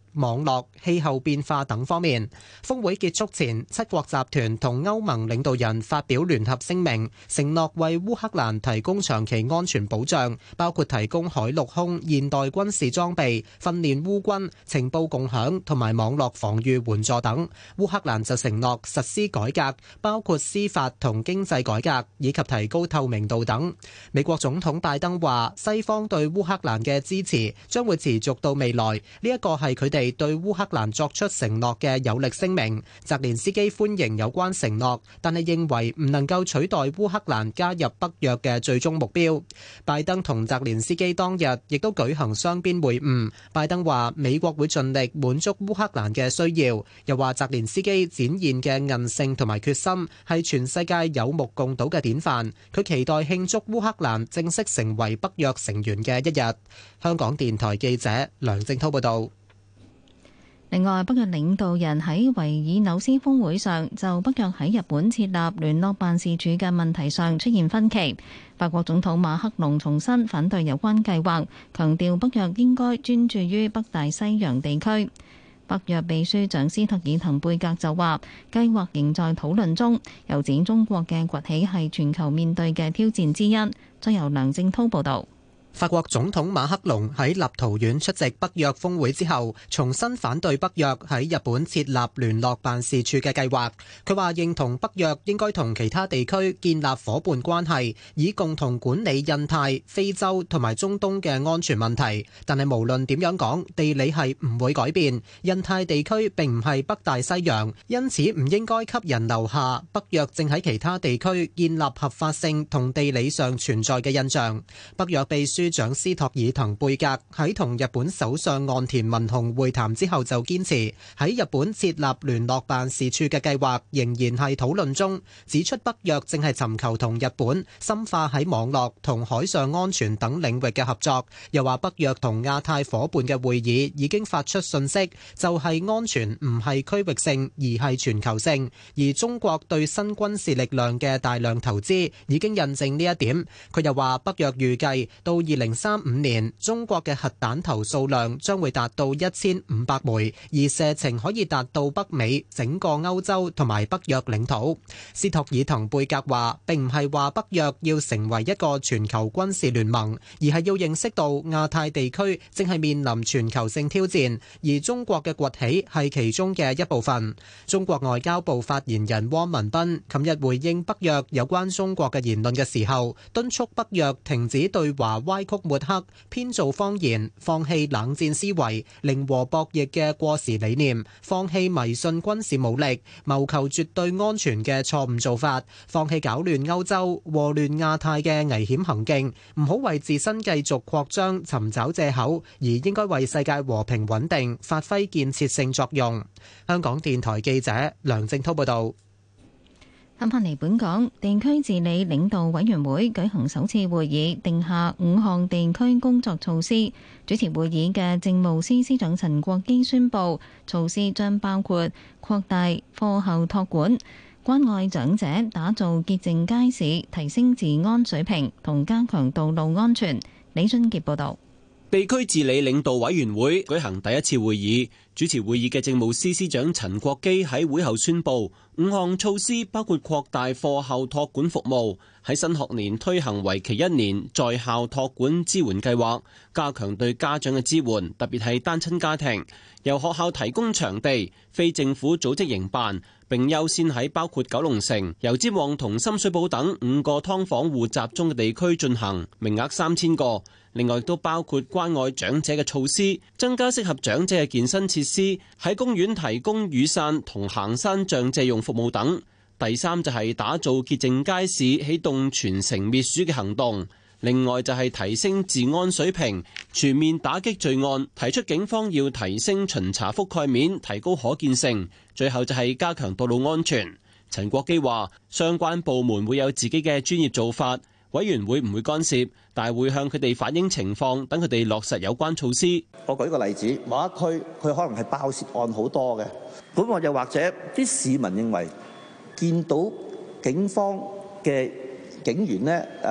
絡、氣候變化等方面。峰會結束前，七國集團同歐盟領導人發表聯合聲明，承諾為烏克蘭提供長期安全保障，包括提供海陸空現代軍事裝備、訓練烏軍、情報共享同埋網絡防禦援助等。烏克蘭就承諾實施改革，包括司法同經濟改革，以及提高透明度等。美國總統拜登話，西方對烏克蘭嘅支持將會持續到未來，呢一個係佢哋對烏克蘭作出承諾嘅有力聲明。澤連斯基歡迎有關承諾，但係認為唔能夠取代烏克蘭加入北約嘅最終目標。拜登同澤連斯基當日亦都舉行雙邊會晤。拜登話美國會盡力滿足烏克蘭嘅需要，又話澤連斯基展現嘅韌性同埋決心係全世界有目共睹嘅典範。佢期待慶祝烏克蘭正式成為北約成員嘅一日。香港電台記者梁正滔報導。 另外，北約領導人喺維爾紐斯峰會上就北約喺日本設立聯絡辦事處嘅問題上出現分歧。法國總統馬克龍重申反對有關計劃，強調北約應該專注於北大西洋地區。北約秘書長斯特爾滕貝格就話，計劃仍在討論中，又指中國嘅崛起係全球面對嘅挑戰之一。再由梁正滔報導。 法國總統馬克龍喺立陶宛出席北約峰會之後，重新反對北約喺日本設立聯絡辦事處嘅計劃。佢話認同北約應該同其他地區建立夥伴關係，以共同管理印太、非洲同埋中東嘅安全問題。但係無論點樣講，地理係唔會改變。印太地區並唔係北大西洋，因此唔應該給人留下北約正喺其他地區建立合法性同地理上存在嘅印象。北約秘書書長斯托爾滕貝格喺同日本首相岸田文雄會談之後就堅持喺日本設立聯絡辦事處嘅計劃仍然係討論中，指出北約正係尋求同日本深化喺網絡同海上安全等領域嘅合作。又話北約同亞太夥伴嘅會議已經發出訊息，就係安全唔係區域性而係全球性，而中國對新軍事力量嘅大量投資已經印證呢一點。佢又話北約預計到二零三五年，中國嘅核彈頭數量將會達到一千五百枚，而射程可以達到北美、整個歐洲同埋北約領土。斯托爾滕貝格話，並唔係話北約要成為一個全球軍事聯盟，而係要認識到亞太地區正係面臨全球性挑戰，而中國嘅崛起係其中嘅一部分。中國外交部發言人汪文斌琴日回應北約有關中國嘅言論嘅時候，敦促北約停止對華歪曲抹黑、編造謊言，放棄冷戰思維、零和博弈嘅過時理念，放棄迷信軍事武力、謀求絕對安全嘅錯誤做法，放棄搞亂歐洲、禍亂亞太嘅危險行徑，唔好為自身繼續擴張尋找藉口，而應該為世界和平穩定發揮建設性作用。香港電台記者梁正滔報導。 翻返嚟本港，地區治理領導委員會舉行首次會議，定下五項地區工作措施。主持會議嘅政務司司長陳國基宣布，措施將包括擴大課後託管、關愛長者、打造潔淨街市、提升治安水平同加強道路安全。李俊傑報導。 地區治理領導委員會舉行第一次會議，主持會議嘅政務司司長陳國基喺會後宣布，五項措施包括擴大課後託管服務，喺新學年推行為期一年在校託管支援計劃，加強對家長嘅支援，特別係單親家庭，由學校提供場地，非政府組織營辦，並優先喺包括九龍城、油尖旺同深水埗等五個劏房戶集中嘅地區進行，名額三千個。另外亦都包括關愛長者嘅措施，增加適合長者嘅健身設施，喺公園提供雨傘同行山杖借用服務等。第三就係打造潔淨街市，啟動全城滅鼠嘅行動。另外就係提升治安水平，全面打擊罪案，提出警方要提升巡查覆蓋面，提高可見性。最後就係加強道路安全。陳國基話，相關部門會有自己嘅專業做法，委員會唔會干涉，但係會向佢哋反映情況，等佢哋落實有關措施。 我舉個例子，某一區佢可能係爆竊案好多嘅，咁我又或者啲市民認為見到警方嘅警員呢誒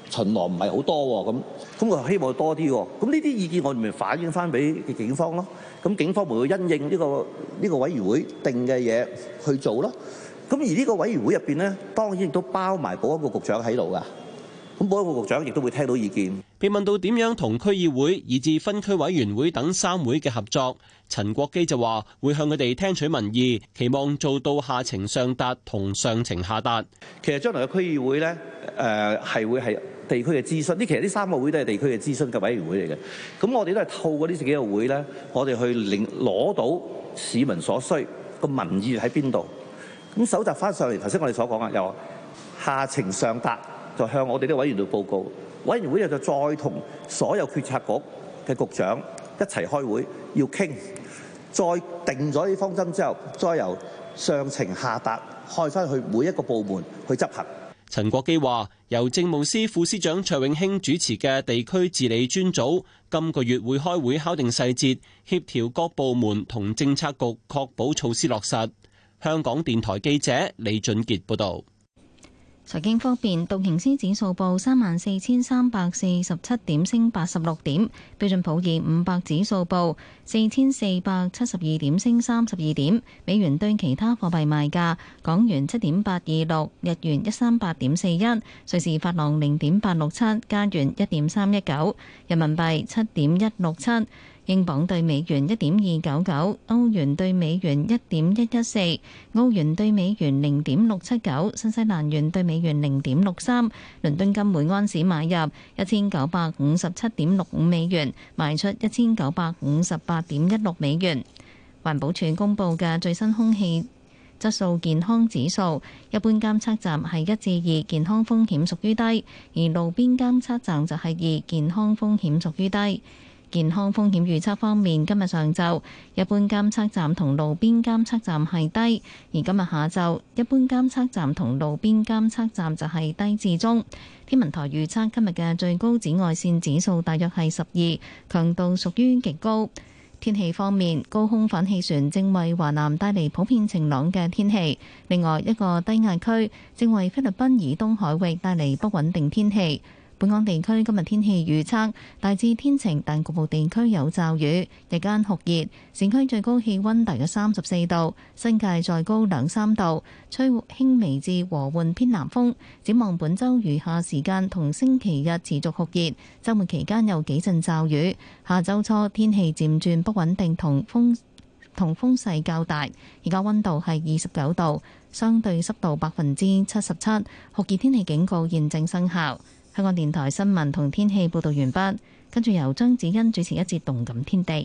巡邏唔係好多喎，咁咁我希望多啲喎。咁呢啲意見我哋咪反映翻俾警方咯。咁警方咪會因應呢個呢個委員會定嘅嘢去做咯。咁而呢個委員會入邊咧，當然亦都包埋保安局局長喺度噶。咁保安局局長亦都會聽到意見。 被問到點樣同區議會以至分區委員會等三會嘅合作，陳國基就話會向佢哋聽取民意，期望做到下情上達同上情下達。 其實將來嘅區議會咧，誒係會係地區嘅諮詢。呢其實呢三個會都係地區嘅諮詢嘅委員會嚟嘅。咁我哋都係透過呢幾個會咧，我哋去領攞到市民所需個民意喺邊度。咁搜集翻上嚟，頭先我哋所講啊，由下情上達就向我哋啲委員會報告，委員會又就再同所有決策局嘅局長一齊開會，要傾，再定咗呢方針之後，再由上情下達開翻去每一個部門去執行。 陳國基話：由政務司副司長卓永興主持嘅地區治理專組，今個月會開會敲定細節，協調各部門同政策局，確保措施落實。香港電台記者李俊傑報導。 財經方面，道瓊斯指數報三萬四千三百四十七點，升八十六點；標準普爾五百指數報四千四百七十二點，升三十二點。美元對其他貨幣賣價：港元七點八二六，日元一三八點四一，瑞士法郎零點八六七，加元一點三一九，人民幣七點一六七。英鎊對美元一點二九九，歐元對美元一點一一四，澳元對美元零點六七九，新西蘭元對美元零點六三。倫敦金每安士買入一千九百五十七點六五美元，賣出一千九百五十八點一六美元。環保署公布嘅最新空氣質素健康指數，一般監測站係一至二，健康風險屬於低；而路邊監測站就係二，健康風險屬於低。健康風險預測方面，今日上晝一般監測站同路邊監測站係低，而今日下晝一般監測站同路邊監測站就係低至中。天文台預測今日嘅最高紫外線指數大約係十二，強度屬於極高。天氣方面，高空反氣旋正為華南帶嚟普遍晴朗嘅天氣，另外一個低壓區正為菲律賓以東海域帶嚟不穩定天氣。本港地區今日天氣預測大致天晴，但局部地區有驟雨。日間酷熱，市區最高氣溫大約三十四度，新界再高兩三度，吹輕微至和緩偏南風。展望本週餘下時間同星期日持續酷熱，週末期間有幾陣驟雨。下週初天氣漸轉不穩定，同風同風勢較大。而家溫度係二十九度，相對濕度百分之七十七，酷熱天氣警告現正生效。香港電台新聞同天氣報道完畢，跟住由張子欣主持一節動感天地。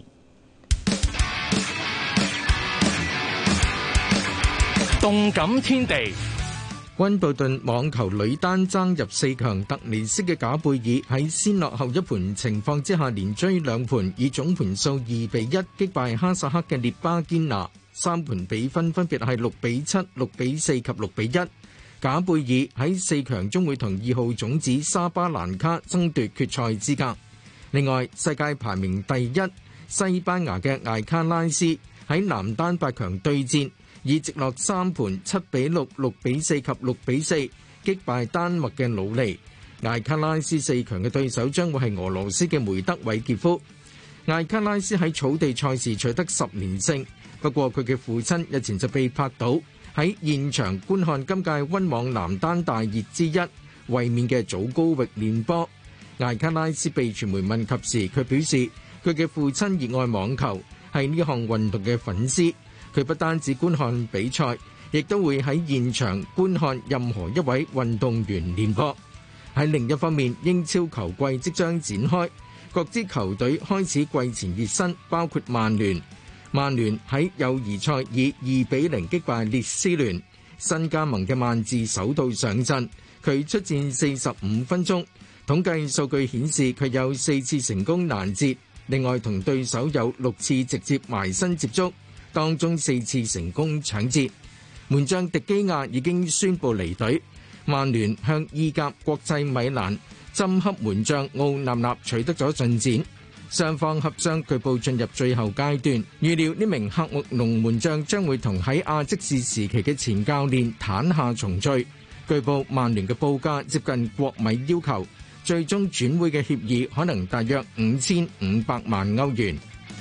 動感天地， 溫布頓網球女單爭入四強，特尼斯嘅賈貝爾喺先落後一盤情況之下，連追兩盤，以總盤數二比一擊敗哈薩克嘅列巴堅拿，三盤比分分別係六比七、六比四及六比一。賈貝爾喺四強中會同二號種子沙巴蘭卡爭奪決賽資格。另外，世界排名第一西班牙嘅艾卡拉斯喺男單八強對戰，以直落三盤七比六、六比四及六比四擊敗丹麥嘅魯尼。艾卡拉斯四強嘅對手將會係俄羅斯嘅梅德韋傑夫。艾卡拉斯喺草地賽事取得十連勝，不過佢嘅父親日前就被拍到喺現場觀看今屆溫網男單大熱之一衛冕嘅祖高域練波。艾卡拉斯被傳媒問及時，佢表示佢嘅父親熱愛網球，係呢項運動嘅粉絲。佢不單止觀看比賽，亦都會喺現場觀看任何一位運動員練波。喺另一方面，英超球季即將展開，各支球隊開始季前熱身，包括曼聯。曼聯喺友誼賽以二比零擊敗列斯聯，新加盟嘅曼治首度上陣，佢出戰四十五分鐘，統計數據顯示佢有四次成功攔截，另外同對手有六次直接埋身接觸，當中四次成功搶截。門將迪基亞已經宣布離隊，曼聯向意甲國際米蘭針洽門將奧納納取得咗進展。雙方協商據報進入最後階段，預料呢名喀麥隆門將將會同喺亞積士時期嘅前教練坦夏重聚。據報曼聯嘅報價接近國米要求， 最終轉會嘅協議可能大約五千五百萬歐元。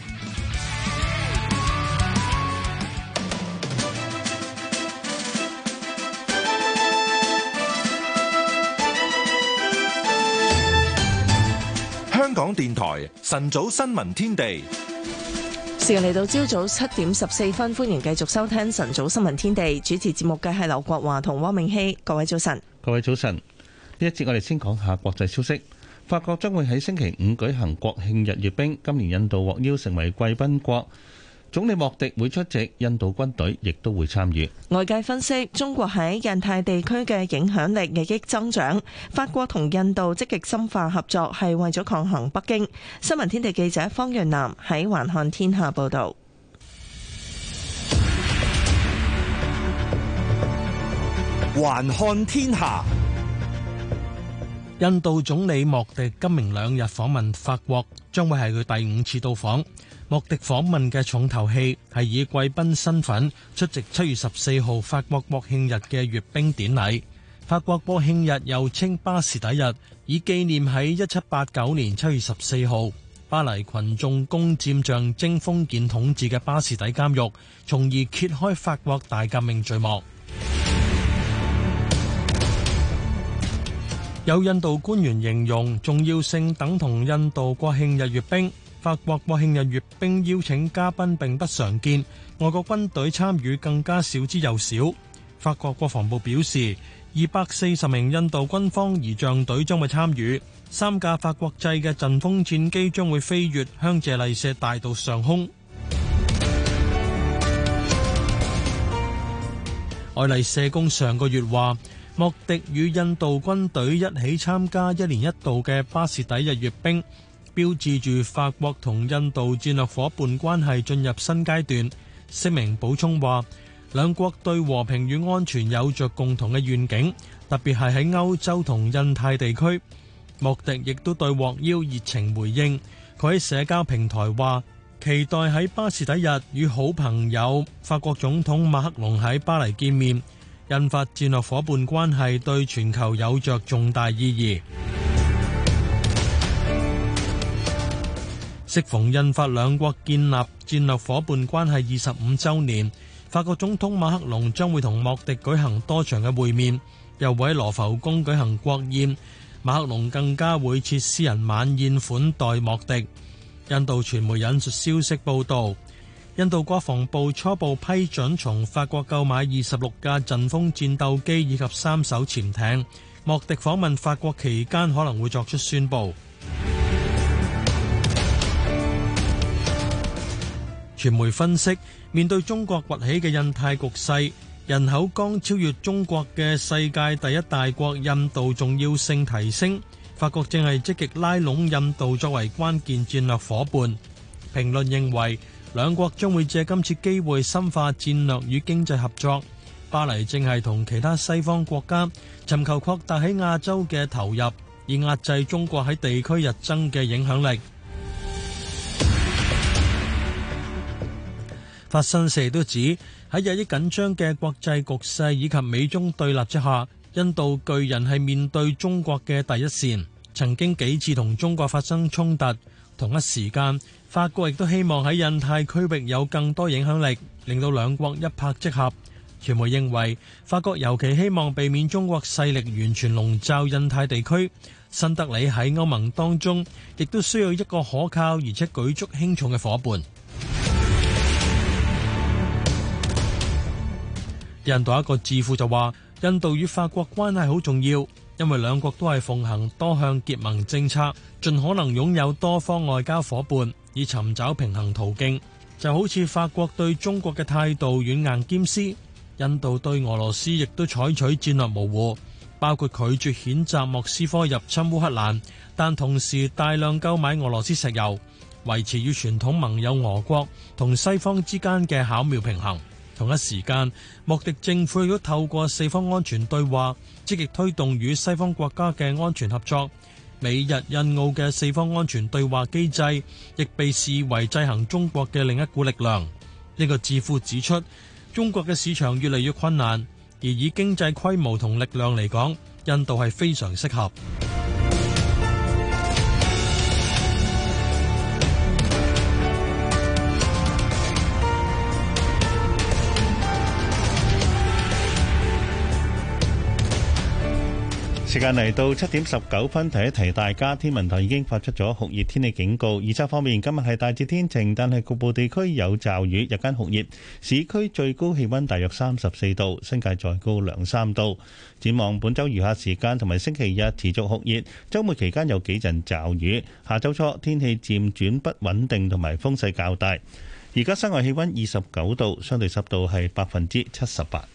香港電台晨早新聞天地。 時間嚟到朝早七點十四分，歡迎繼續收聽晨早新聞天地。主持節目嘅係劉國華同汪明熙。各位早晨。 各位早晨。呢一節我哋先講下國際消息。法國將會喺星期五舉行國慶日閱兵。今年印度獲邀成為貴賓國，總理莫迪會出席，印度軍隊亦都會參與。 外界分析，中國喺印太地區嘅影響力日益增長，法國同印度積極深化合作係為咗抗衡北京。新聞天地記者方潤南喺環看天下報道。 環看天下。印度總理莫迪今明兩日訪問法國，將會係佢第五次到訪。莫迪訪問嘅重頭戲係以貴賓身份出席七月十四號法國國慶日嘅閱兵典禮。法國國慶日又稱巴士底日，以紀念喺一七八九年七月十四號巴黎群眾攻佔象徵封建統治嘅巴士底監獄，從而揭開法國大革命序幕。有印度官員形容重要性等同印度國慶日閱兵。法國國慶日閱兵邀請嘉賓並不常見，外國軍隊參與更加少之又少。法國國防部表示，二百四十名印度軍方儀仗隊將會參與，三架法國製嘅陣風戰機將會飛越香榭麗舍大道上空。愛麗舍宮上個月話，莫迪與印度軍隊一起參加一年一度嘅巴士底日閱兵，標誌住法國同印度戰略夥伴關係進入新階段。聲明補充話，兩國對和平與安全有着共同嘅願景，特別係喺歐洲同印太地區。莫迪亦都對獲邀熱情回應，佢喺社交平台話，期待喺巴士底日與好朋友法國總統馬克龍喺巴黎見面。印法戰略夥伴關係對全球有着重大意義。適逢印法兩國建立戰略夥伴關係二十五週年，法國總統馬克龍將會同莫迪舉行多場嘅會面，又會喺羅浮宮舉行國宴。馬克龍更加會設私人晚宴款待莫迪。印度傳媒引述消息報道，印度國防部初步批准從法國購買二十六架陣風戰鬥機以及三艘潛艇。莫迪訪問法國期間可能會作出宣佈。傳媒分析，面對中國崛起嘅印太局勢，人口剛超越中國嘅世界第一大國印度重要性提升。法國正係積極拉攏印度作為關鍵戰略夥伴。評論認為，兩國將會借今次機會深化戰略與經濟合作。巴黎正係同其他西方國家尋求擴大喺亞洲嘅投入，以壓制中國喺地區日增嘅影響力。法新社都指，喺日益緊張嘅國際局勢以及美中對立之下，印度巨人係面對中國嘅第一線，曾經幾次同中國發生衝突。同一時間，法國亦都希望喺印太區域有更多影響力，令到兩國一拍即合。傳媒認為，法國尤其希望避免中國勢力完全籠罩印太地區。新德里喺歐盟當中，亦都需要一個可靠而且舉足輕重嘅夥伴。印度一個智庫就話，印度與法國關係好重要，因為兩國都係奉行多向結盟政策，盡可能擁有多方外交夥伴，以尋找平衡途徑。就好似法國對中國嘅態度軟硬兼施，印度對俄羅斯亦都採取戰略模糊，包括拒絕譴責莫斯科入侵烏克蘭，但同時大量購買俄羅斯石油，維持與傳統盟友俄國同西方之間嘅巧妙平衡。同一時間，莫迪政府亦都透過四方安全對話，積極推動與西方國家嘅安全合作。美日印澳嘅四方安全對話機制，亦被視為制衡中國嘅另一股力量。呢個智庫指出，中國嘅市場越嚟越困難，而以經濟規模同力量嚟講，印度係非常適合。 時間嚟到七點十九分，提一提大家，天文台已經發出咗酷熱天氣警告。預測方面，今日係大致天晴，但係局部地區有驟雨，日間酷熱，市區最高氣溫大約三十四度，新界再高兩三度。展望本週餘下時間同埋星期日持續酷熱，週末期間有幾陣驟雨，下週初天氣漸轉不穩定同埋風勢較大。而家室外氣溫二十九度，相對濕度係百分之七十八。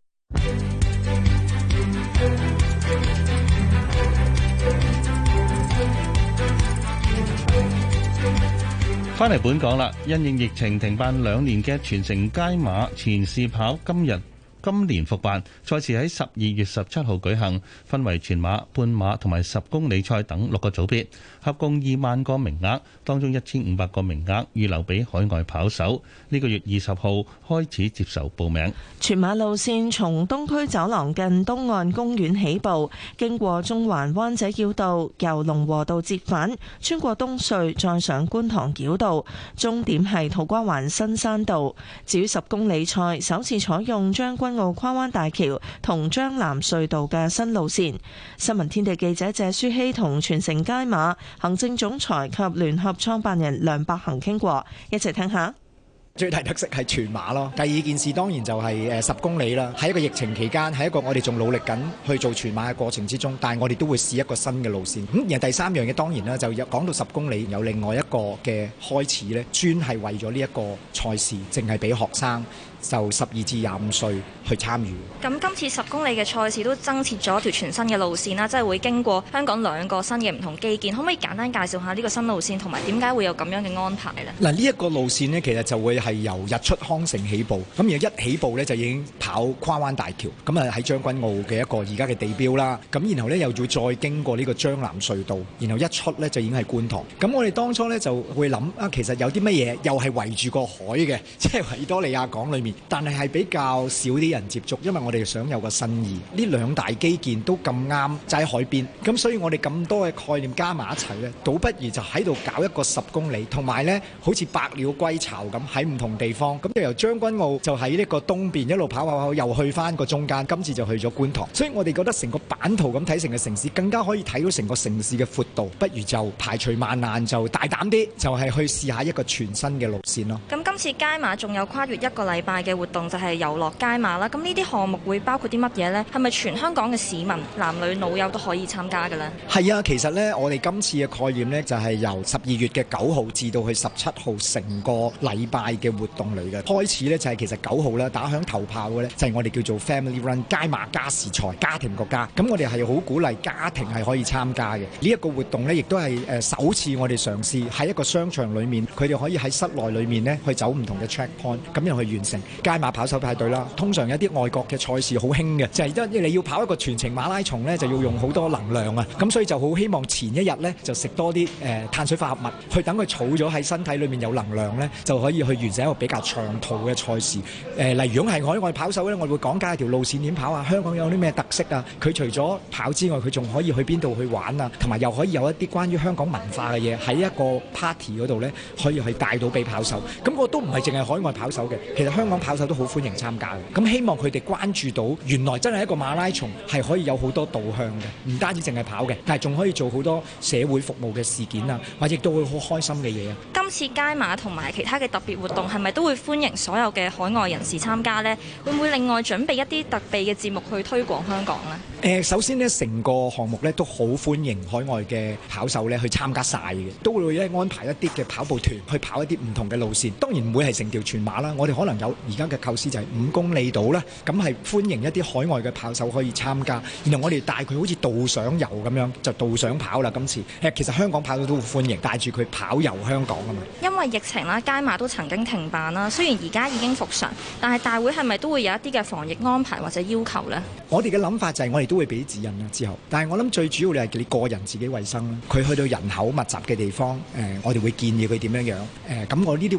返嚟本港啦，因應疫情停辦兩年嘅全城街馬前試跑今日今年復辦，賽事喺十二月十七號舉行，分為全馬、半馬同埋十公里賽等六個組別，合共二萬個名額，當中一千五百個名額預留俾海外跑手。呢個月二十號開始接受報名。 全馬路線從東區走廊近東岸公園起步，經過中環灣仔繞道，由龍和道折返，穿過東隧，再上觀塘繞道，終點係土瓜灣新山道。至於十公里賽，首次採用將軍澳跨灣大橋同將藍隧道嘅新路線。新聞天地記者謝舒希同全城街馬行政總裁及聯合創辦人梁百行傾過，一齊聽下。 最大特色係全馬咯。第二件事當然就係誒十公里啦。喺一個疫情期間，喺一個我哋仲努力緊去做全馬嘅過程之中，但係我哋都會試一個新嘅路線。咁然後第三樣嘢當然啦，就有講到十公里有另外一個嘅開始咧，專係為咗呢一個賽事，淨係俾學生就十二至廿五歲去參與。 咁今次十公里嘅賽事都增設咗一條全新嘅路線啦，即係會經過香港兩個新嘅唔同基建，可唔可以簡單介紹下呢個新路線同埋點解會有咁樣嘅安排呢？ 嗱，呢一個路線呢，其實就會係由日出康城起步，咁而一起步呢，就已經跑跨灣大橋，咁啊喺將軍澳嘅一個而家嘅地標啦，咁然後呢，又會再經過呢個將藍隧道，然後一出呢，就已經係觀塘。咁我哋當初呢，就會諗啊，其實有啲乜嘢又係圍住個海嘅，即係維多利亞港裏面，但係係比較少啲人接觸，因為我哋想有個新意。呢兩大基建都咁啱就喺海邊，咁所以我哋咁多嘅概念加埋一齊呢，倒不如就喺度搞一個十公里，同埋呢好似百鳥歸巢咁喺唔同地方，咁就由將軍澳就喺呢個東邊一路跑跑跑，又去翻個中間，今次就去咗觀塘。所以我哋覺得成個版圖咁睇成個城市，更加可以睇到成個城市嘅闊度，不如就排除萬難，就大膽啲，就係去試下一個全新嘅路線咯。 咁今次街馬仲有跨越一個禮拜嘅活動，就係遊樂街馬啦。咁呢啲項目會包括啲乜嘢呢？係咪全香港嘅市民男女老幼都可以參加嘅呢？ 係啊，其實呢，我哋今次嘅概念呢，就係由十二月嘅九號至到去十七號成個禮拜嘅活動嚟嘅。開始呢，就係其實九號啦，打響頭炮嘅呢，就係我哋叫做 Family Run 街馬加時賽，家庭個家。咁我哋係好鼓勵家庭係可以參加嘅。呢一個活動呢，亦都係誒首次我哋嘗試喺一個商場裡面，佢哋可以喺室內裡面呢去走唔同嘅 check point，咁樣去完成街馬跑手派對啦。通常有啲外國嘅賽事好興嘅，就係因為你要跑一個全程馬拉松呢，就要用好多能量啊。咁所以就好希望前一日呢，就食多啲誒、呃、碳水化合物，去等佢儲咗喺身體裏面有能量呢，就可以去完成一個比較長途嘅賽事。誒、呃，例如係海外跑手呢，我哋會講解一條路線點跑啊，香港有啲咩特色啊，佢除咗跑之外，佢仲可以去邊度去玩啊，同埋又可以有一啲關於香港文化嘅嘢喺一個 party 嗰度呢，可以去帶到俾跑手。咁我都唔係淨係海外跑手嘅，其實香港跑手都好歡迎參加嘅。咁希望佢哋關注到原來真係一個馬拉松係可以有好多導向嘅，唔單止淨係跑嘅，但係仲可以做好多社會服務嘅事件啊，或者亦都會好開心嘅嘢啊。 今次街馬同埋其他嘅特別活動係咪都會歡迎所有嘅海外人士參加呢？會唔會另外準備一啲特備嘅節目去推廣香港呢？ 誒、呃，首先呢，成個項目呢都好歡迎海外嘅跑手呢去參加晒嘅，都會咧安排一啲嘅跑步團去跑一啲唔同嘅路線。當然唔會係成條全馬啦，我哋可能有而家嘅構思就係五公里度啦，咁係歡迎一啲海外嘅跑手可以參加。然後我哋帶佢好似導賞遊咁樣，就導賞跑啦。今次誒，其實香港跑手都好歡迎，帶住佢跑遊香港啊嘛。 因為疫情啦，街馬都曾經停辦啦，雖然而家已經復常，但係大會係咪都會有一啲嘅防疫安排或者要求呢？ 我哋嘅諗法就係我哋都會俾指引啦之後，但係我諗最主要你係你個人自己衛生啦。佢去到人口密集嘅地方，誒、呃，我哋會建議佢點樣樣誒，咁、呃、我呢啲會跟翻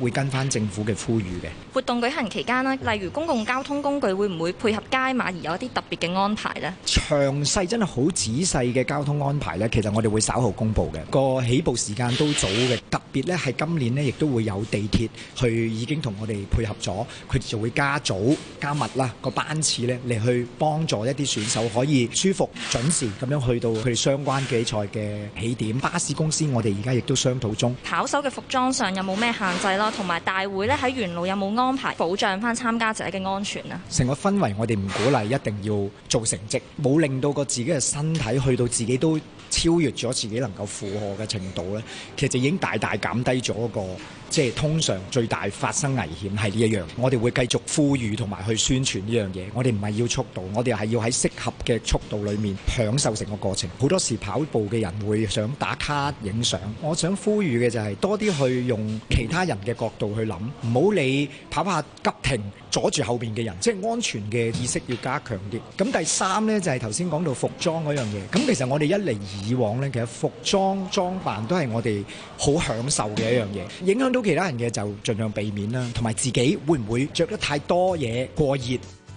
政府嘅呼籲嘅。 活動舉行期間咧，例如公共交通工具會唔會配合街碼而有一啲特別嘅安排呢？ 詳細真係好仔細嘅交通安排呢，其實我哋會稍後公佈嘅。個起步時間都早嘅，特別呢係今年呢亦都會有地鐵去已經同我哋配合咗，佢哋就會加早加密啦個班次呢嚟去幫助一啲選手可以舒服準時咁樣去到佢哋相關比賽嘅起點。巴士公司我哋而家亦都商討中。 跑手嘅服裝上有冇咩限制啦？同埋大會咧喺沿路有冇安排保障翻參加者嘅安全啊？ 成個氛圍我哋唔鼓勵一定要做成績，冇令到個自己嘅身體去到自己都超越咗自己能夠負荷嘅程度咧，其實已經大大減低咗個即係通常最大發生危險係呢一樣。我哋會繼續呼籲同埋去宣傳呢樣嘢。我哋唔係要速度，我哋係要喺適合嘅速度裏面享受成個過程。好多時跑步嘅人會想打卡影相，我想呼籲嘅就係多啲去用其他人嘅角度去諗，唔好你跑下急停阻住後邊嘅人，即係安全嘅意識要加強啲。咁第三呢，就係頭先講到服裝嗰樣嘢。咁其實我哋一嚟以往呢，其實服裝裝扮都係我哋好享受嘅一樣嘢，影響到其他人嘅就盡量避免啦，同埋自己會唔會着得太多嘢過熱。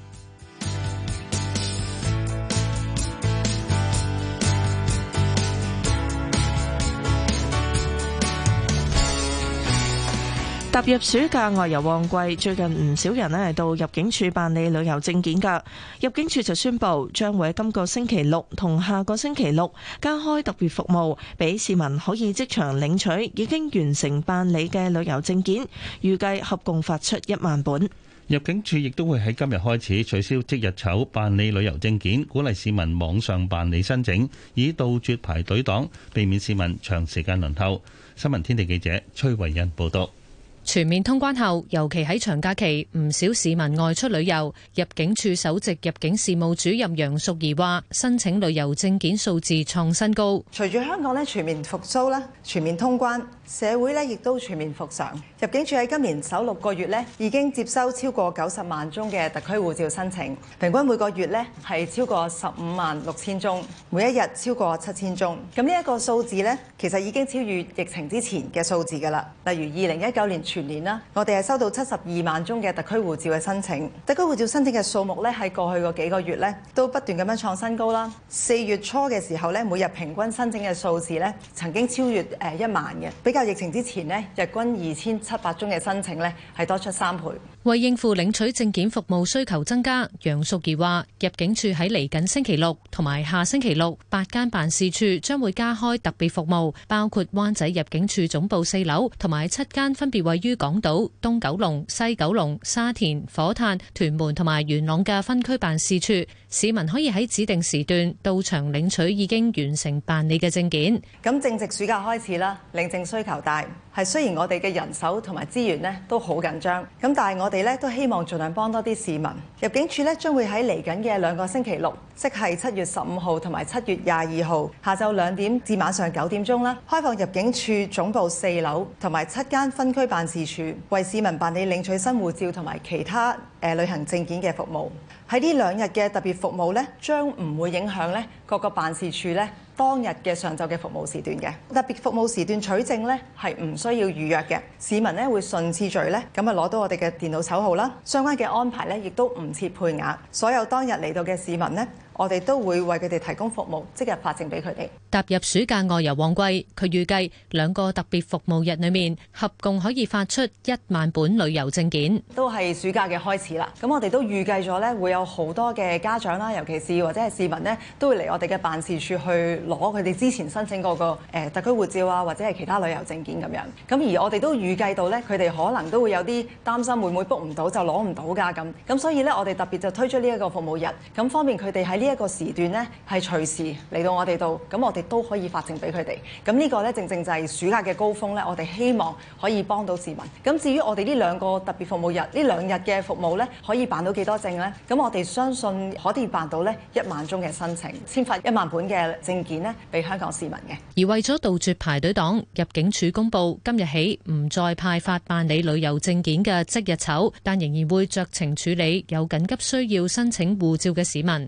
踏入暑假外遊旺季，最近唔少人咧係到入境處辦理旅遊證件㗎。入境處就宣布將會喺今個星期六同下個星期六加開特別服務，俾市民可以即場領取已經完成辦理嘅旅遊證件，預計合共發出一萬本。 入境處亦都會喺今日開始取消即日籌辦理旅遊證件，鼓勵市民網上辦理申請，以杜絕排隊黨，避免市民長時間輪候。新聞天地記者崔慧欣報道。 全面通關後，尤其喺長假期，唔少市民外出旅遊。入境處首席入境事務主任楊淑儀話：申請旅遊證件數字創新高。 隨住香港咧全面復甦啦，全面通關，社會咧亦都全面復常。入境處喺今年首六個月咧已經接收超過九十萬宗嘅特區護照申請，平均每個月咧係超過十五萬六千宗，每一日超過七千宗。咁呢一個數字咧，其實已經超越疫情之前嘅數字㗎啦。例如二零一九年全年啦，我哋係收到七十二萬宗嘅特區護照嘅申請，特區護照申請嘅數目咧喺過去個幾個月咧都不斷咁樣創新高啦。四月初嘅時候咧，每日平均申請嘅數字咧曾經超越誒一萬嘅，比較疫情之前咧日均二千七百宗嘅申請咧係多出三倍。 為應付領取證件服務需求增加，楊淑儀話：入境處喺嚟緊星期六同埋下星期六八間辦事處將會加開特別服務，包括灣仔入境處總部四樓同埋七間分別位於港島、東九龍、西九龍、沙田、火炭、屯門同埋元朗嘅分區辦事處，市民可以喺指定時段到場領取已經完成辦理嘅證件。 咁正值暑假開始啦，領證需求大，係雖然我哋嘅人手同埋資源呢都好緊張，咁但係我哋咧都希望盡量幫多啲市民。入境處咧將會喺嚟緊嘅兩個星期六，即係七月十五號同埋七月廿二號下晝兩點至晚上九點鐘啦，開放入境處總部四樓同埋七間分區辦事處，為市民辦理領取新護照同埋其他誒、呃、旅行證件嘅服務。喺呢兩日嘅特別服務咧，將唔會影響咧各個辦事處咧當日嘅上晝嘅服務時段嘅。特別服務時段取證咧係唔需要預約嘅，市民咧會順次序咧咁啊攞到我哋嘅電腦手號啦。相關嘅安排咧亦都唔設配額，所有當日嚟到嘅市民呢，我哋都會為佢哋提供服務，即日發證俾佢哋。 踏入暑假外遊旺季，佢預計兩個特別服務日裏面，合共可以發出一萬本旅遊證件。 都係暑假嘅開始啦，咁我哋都預計咗咧會有好多嘅家長啦，尤其是或者係市民呢，都會嚟我哋嘅辦事處去攞佢哋之前申請過個誒特區護照啊，或者係其他旅遊證件咁樣。咁而我哋都預計到咧，佢哋可能都會有啲擔心會唔會 book 唔到就攞唔到㗎咁。咁所以咧，我哋特別就推出呢一個服務日，咁方便佢哋喺呢一個時段呢，係隨時嚟到我哋度，咁我哋都可以發證俾佢哋。咁呢個咧正正就係暑假嘅高峰咧，我哋希望可以幫到市民。咁至於我哋呢兩個特別服務日，呢兩日嘅服務咧，可以辦到幾多證呢？咁我哋相信可以辦到咧一萬宗嘅申請，簽發一萬本嘅證件呢，俾香港市民嘅。 而為咗杜絕排隊黨，入境處公佈今日起唔再派發辦理旅遊證件嘅即日籌，但仍然會酌情處理有緊急需要申請護照嘅市民。 唔再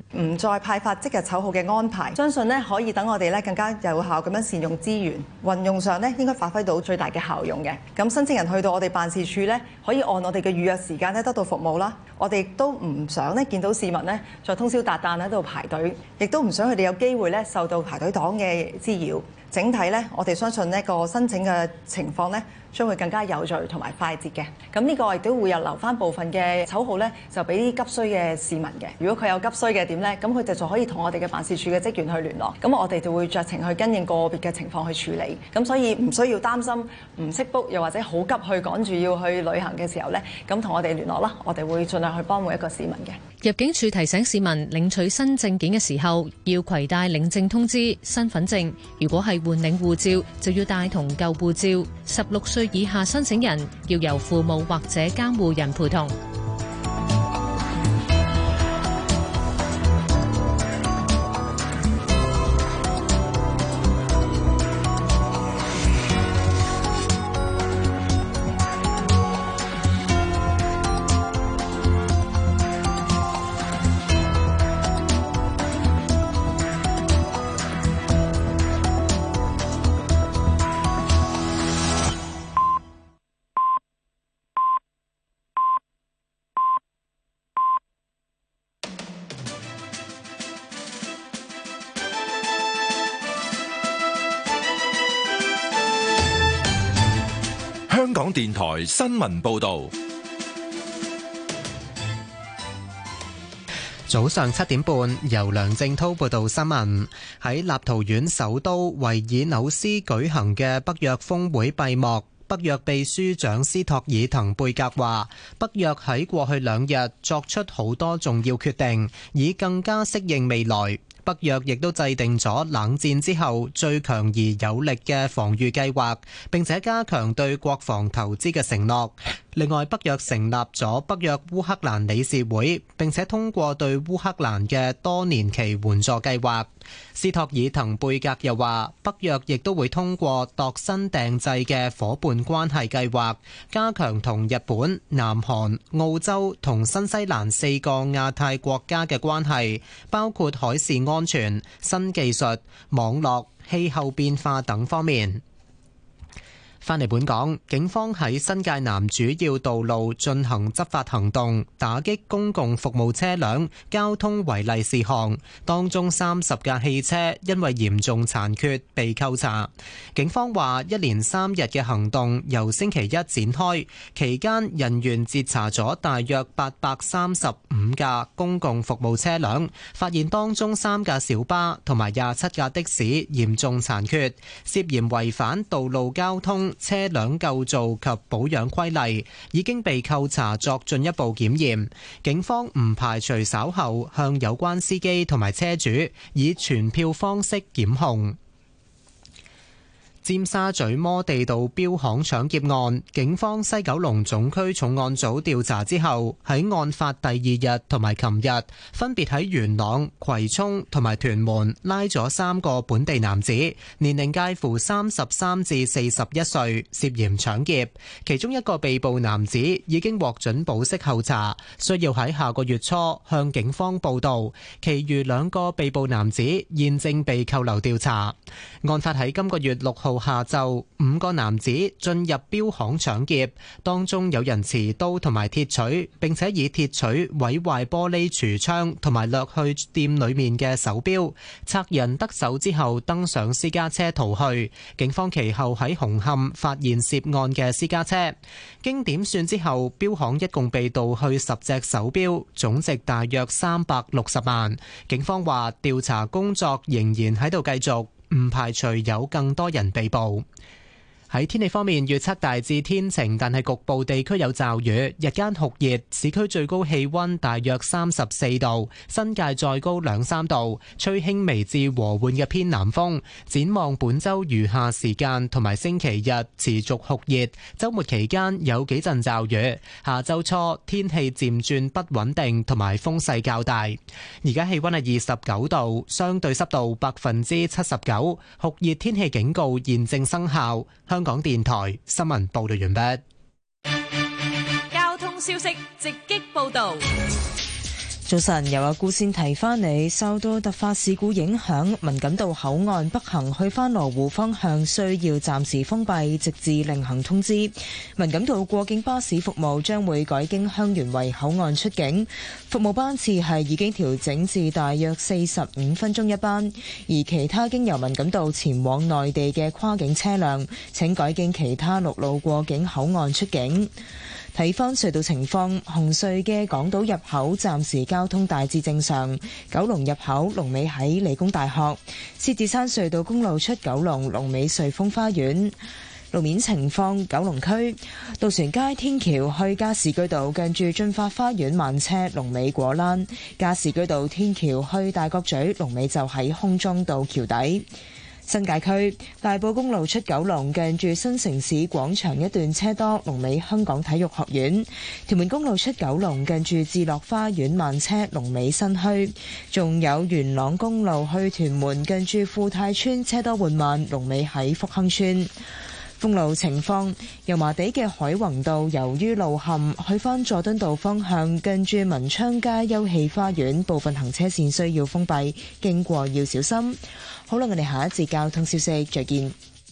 再派發即日籌號嘅安排，相信呢可以等我哋咧更加有效咁樣善用資源，運用上呢應該發揮到最大嘅效用嘅。咁申請人去到我哋辦事處呢，可以按我哋嘅預約時間咧得到服務啦。我哋亦都唔想咧見到市民呢再通宵達旦喺度排隊，亦都唔想佢哋有機會咧受到排隊黨嘅滋擾。整體咧，我哋相信呢個申請嘅情況咧，將會更加有序同埋快捷嘅。咁呢個亦都會有留翻部分嘅籌號咧，就俾啲急需嘅市民嘅。如果佢有急需嘅點咧，咁佢哋就可以同我哋嘅辦事處嘅職員去聯絡。咁我哋就會酌情去跟應個別嘅情況去處理。咁所以唔需要擔心唔識 book，又或者好急去趕住要去旅行嘅時候咧，咁同我哋聯絡啦，我哋會盡量去幫每一個市民嘅。 入境處提醒市民領取新證件嘅時候，要攜帶領證通知、身份證。如果係換領護照，就要帶同舊護照。十六歲以下申請人要由父母或者監護人陪同。 香港電台新聞報道， 早上七點半，由梁正濤報道新聞。喺立陶宛首都維爾紐斯舉行嘅北約峰會閉幕，北約秘書長斯托爾滕貝格話，北約喺過去兩日作出好多重要決定，以更加適應未來。北約亦都制定咗冷戰之後最強而有力嘅防禦計劃，並且加強對國防投資嘅承諾。另外，北約成立咗北約烏克蘭理事會，並且通過對烏克蘭嘅多年期援助計劃。斯托爾滕貝格又話，北約亦都會通過度身訂製嘅夥伴關係計劃，加強同日本、南韓、澳洲同新西蘭四個亞太國家嘅關係，包括海事安全、新技術、網絡、氣候變化等方面。返嚟本港，警方喺新界南主要道路進行執法行動，打擊公共服務車輛交通違例事項，當中三十架汽車因為嚴重殘缺被扣查。警方話，一連三日嘅行動由星期一展開，期間人員截查咗大約八百三十五架公共服務車輛，發現當中三架小巴同埋廿七架的士嚴重殘缺，涉嫌違反道路交通車輛構造及保養規例，已經被扣查作進一步檢驗。警方唔排除稍後向有關司機同埋車主以傳票方式檢控。尖沙咀摩地道錶行搶劫案，警方西九龍總區重案組調查之後，喺案發第二日同埋琴日，分別喺元朗、葵涌同埋屯門拉咗三個本地男子，年齡介乎三十三至四十一歲，涉嫌搶劫。其中一個被捕男子已經獲准保釋候查，需要喺下個月初向警方報到。其餘兩個被捕男子現正被扣留調查。案發喺今個月六號下晝，五個男子進入錶行搶劫，當中有人持刀同埋鐵錘，並且以鐵錘毀壞玻璃櫥窗，同埋掠去店裏面嘅手錶。賊人得手之後登上私家車逃去。警方其後喺紅磡發現涉案嘅私家車，經點算之後，錶行一共被盜去十隻手錶，總值大約三百六十萬。警方話調查工作仍然喺度繼續，唔排除有更多人被捕。喺天氣方面，預測大致天晴，但係局部地區有驟雨，日間酷熱，市區最高氣溫大約三十四度，新界再高兩三度，吹輕微至和緩嘅偏南風。展望本週餘下時間同埋星期日持續酷熱，週末期間有幾陣驟雨，下週初天氣漸轉不穩定同埋風勢較大。而家氣溫係二十九度，相對濕度百分之七十九，酷熱天氣警告現正生效。香港電台新聞報道完畢。 交通消息直擊報道。 早晨，有阿姑先提翻你，受到突發事故影響，文錦渡口岸北行去翻羅湖方向需要暫時封閉，直至另行通知。文錦渡過境巴士服務將會改經香園圍口岸出境，服務班次係已經調整至大約四十五分鐘一班，而其他經由文錦渡前往內地嘅跨境車輛，請改經其他陸路過境口岸出境。睇返隧道情況，紅隧嘅港島入口暫時交通大致正常，九龍入口龍尾喺理工大學，獅子山隧道公路出九龍龍尾瑞豐花園。路面情況，九龍區渡船街天橋去加士居道近住駿發花園慢車龍尾果欄，加士居道天橋去大角咀龍尾就喺空中道橋底。新界區大埔公路出九龍近住新城市廣場一段車多，龍尾香港體育學院；屯門公路出九龍近住置樂花園慢車，龍尾新墟；仲有元朗公路去屯門近住富泰村車多緩慢，龍尾喺福亨村。封路情況，油麻地嘅海泓道由於路陷，去返佐敦道方向近住文昌街休憩花園部分行車線需要封閉，經過要小心。好啦，我哋下一節交通消息再見。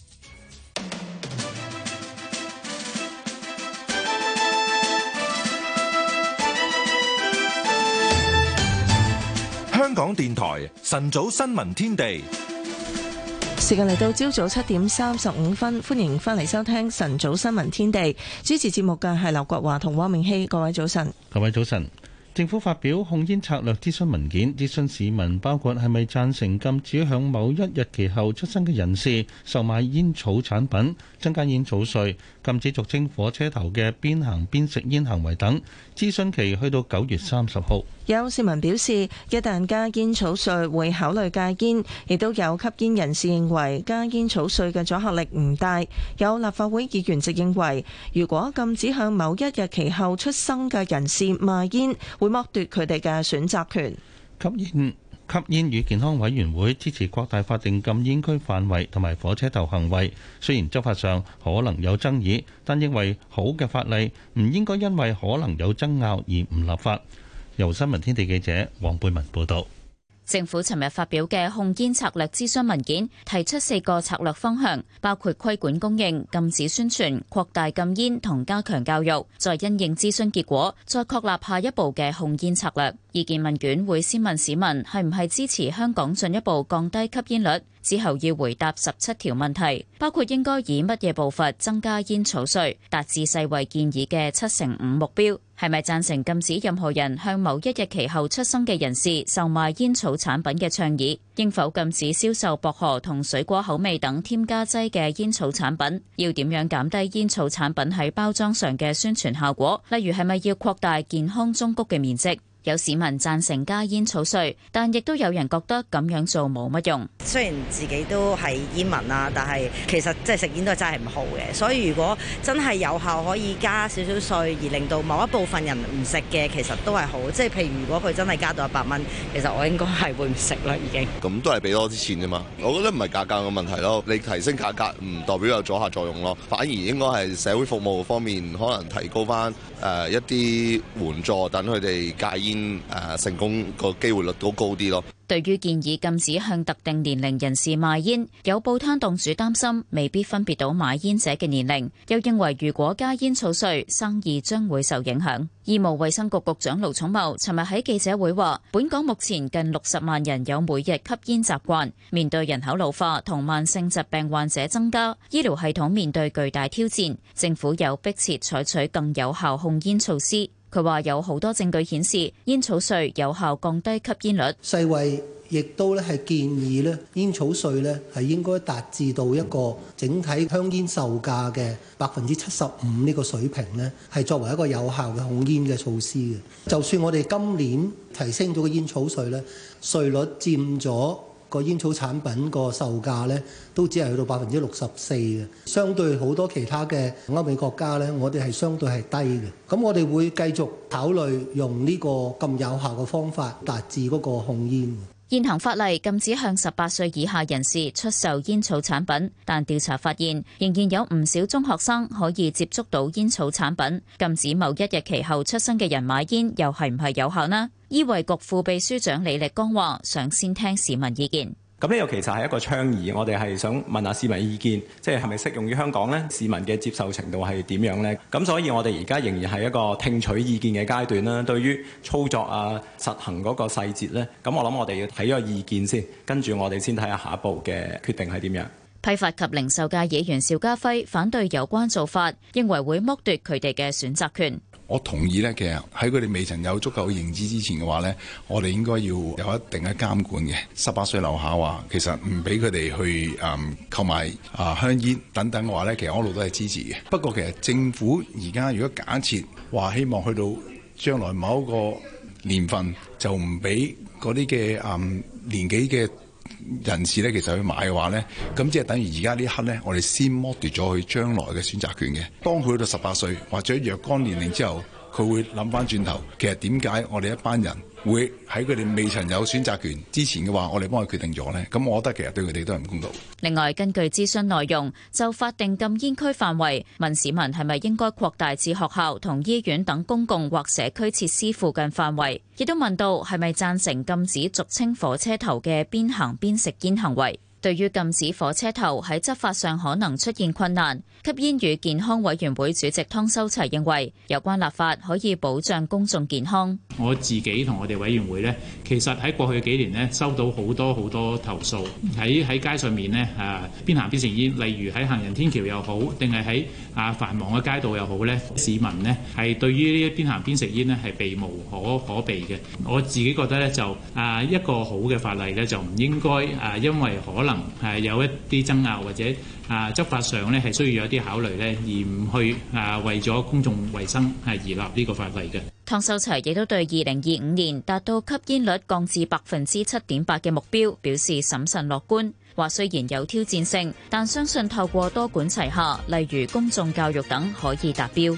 香港電台晨早新聞天地。 時間嚟到朝早七點三十五分，歡迎翻嚟收聽晨早新聞天地。主持節目嘅係劉國華同汪明熙。各位早晨。 各位早晨。政府發表控煙策略諮詢文件，諮詢市民包括係咪贊成禁止向某一日期後出生嘅人士售賣煙草產品、增加煙草稅、禁止俗稱火車頭嘅邊行邊食煙行為等。諮詢期去到九月三十號。 有市民表示，一旦加煙草稅會考慮戒煙，亦都有吸煙人士認為加煙草稅嘅阻嚇力唔大。有立法會議員就認為，如果禁止向某一日期後出生嘅人士賣煙，會剝奪佢哋嘅選擇權。 吸煙吸煙與健康委員會支持擴大法定禁煙區範圍同埋火車頭行為，雖然執法上可能有爭議，但認為好嘅法例唔應該因為可能有爭拗而唔立法。由新聞天地記者黃貝文報道。 政府尋日發表嘅控煙策略諮詢文件提出四個策略方向，包括規管供應、禁止宣傳、擴大禁煙同加強教育。再因應諮詢結果，再確立下一步嘅控煙策略。意見問卷會先問市民係唔係支持香港進一步降低吸煙率，之後要回答十七條問題，包括應該以乜嘢步伐增加煙草稅，達至世衛建議嘅七成五目標。係咪贊成禁止任何人向某一日期後出生嘅人士售賣煙草產品嘅倡議？應否禁止銷售薄荷同水果口味等添加劑嘅煙草產品？要點樣減低煙草產品喺包裝上嘅宣傳效果？例如係咪要擴大健康忠告嘅面積？有市民贊成加煙草稅，但亦都有人覺得咁樣做冇乜用。 雖然自己都係煙民啊，但係其實即係食煙都係真係唔好嘅。所以如果真係有效可以加少少稅，而令到某一部分人唔食嘅，其實都係好。即係譬如如果佢真係加到一百蚊，其實我應該係會唔食啦已經。 咁都係俾多啲錢啫嘛。我覺得唔係價格嘅問題咯，你提升價格唔代表有阻嚇作用咯，反而應該係社會服務方面可能提高翻誒、呃、一啲援助，等佢哋戒煙。誒成功個機會率都高啲咯。 對於建議禁止向特定年齡人士賣煙，有報攤檔主擔心未必分別到買煙者嘅年齡，又認為如果加煙草稅，生意將會受影響。醫務衛生局局長盧寵茂尋日喺記者會話，本港目前近六十萬人有每日吸煙習慣，面對人口老化同慢性疾病患者增加，醫療系統面對巨大挑戰，政府有迫切採取更有效控煙措施。佢話有好多證據顯示煙草稅有效降低吸煙率。 世衛亦都咧係建議咧煙草稅咧係應該達至到一個整體香煙售價嘅百分之七十五呢個水平咧，係作為一個有效嘅控煙嘅措施嘅。就算我哋今年提升咗個煙草稅咧，稅率佔咗個煙草產品個售價咧，都只係去到百分之六十四嘅，相對好多其他嘅歐美國家咧，我哋係相對係低嘅。咁我哋會繼續考慮用呢個咁有效嘅方法達至嗰個控煙。 現行法例禁止向十八歲以下人士出售煙草產品，但調查發現仍然有唔少中學生可以接觸到煙草產品。禁止某一日期後出生嘅人買煙，又係唔係有效呢？醫衛局副秘書長李力剛話：想先聽市民意見。 咁呢個其實係一個倡議，我哋係想問下市民意見，即係係咪適用於香港呢？市民嘅接受程度係點樣呢？咁所以我哋而家仍然係一個聽取意見嘅階段啦。對於操作啊、實行嗰個細節呢，咁我諗我哋要睇咗個意見先，跟住我哋先睇下下一步嘅決定係點樣。 批發及零售界議員邵家輝反對有關做法，認為會剝奪佢哋嘅選擇權。 我同意咧，其實喺佢哋未曾有足夠嘅認知之前嘅話咧，我哋應該要有一定嘅監管嘅。十八歲樓下話，其實唔俾佢哋去誒、嗯、購買啊香煙等等嘅話咧，其實我一路都係支持嘅。不過其實政府而家如果假設話希望去到將來某一個年份就唔俾嗰啲嘅誒年紀嘅人士咧，其實去買嘅話咧，咁即係等於而家呢一刻咧，我哋先剝奪咗佢將來嘅選擇權嘅。當佢去到十八歲或者若干年齡之後，佢會諗翻轉頭，其實點解我哋一班人會喺佢哋未曾有選擇權之前嘅話，我哋幫佢決定咗呢？咁我覺得其實對佢哋都係唔公道。 另外，根據諮詢內容，就法定禁煙區範圍，問市民係咪應該擴大至學校同醫院等公共或社區設施附近範圍，亦都問到係咪贊成禁止俗稱火車頭嘅邊行邊食煙行為。對於禁止火車頭喺執法上可能出現困難，吸煙與健康委員會主席湯修齊認為，有關立法可以保障公眾健康。 我自己同我哋委員會呢，其實喺過去幾年呢，收到好多好多投訴，喺喺街上面呢，啊邊行邊食煙，例如喺行人天橋又好，定係喺啊繁忙嘅街道又好呢，市民呢係對於呢一邊行邊食煙呢係避無可可避嘅。我自己覺得呢，就啊一個好嘅法例呢，就唔應該啊因為可能係有一啲爭拗或者啊執法上咧係需要有啲考慮咧，而唔去啊為咗公眾衛生係而立呢個法例嘅。 湯秀齊亦都對二零二五年達到吸煙率降至百分之七點八嘅目標表示審慎樂觀，話雖然有挑戰性，但相信透過多管齊下，例如公眾教育等，可以達標。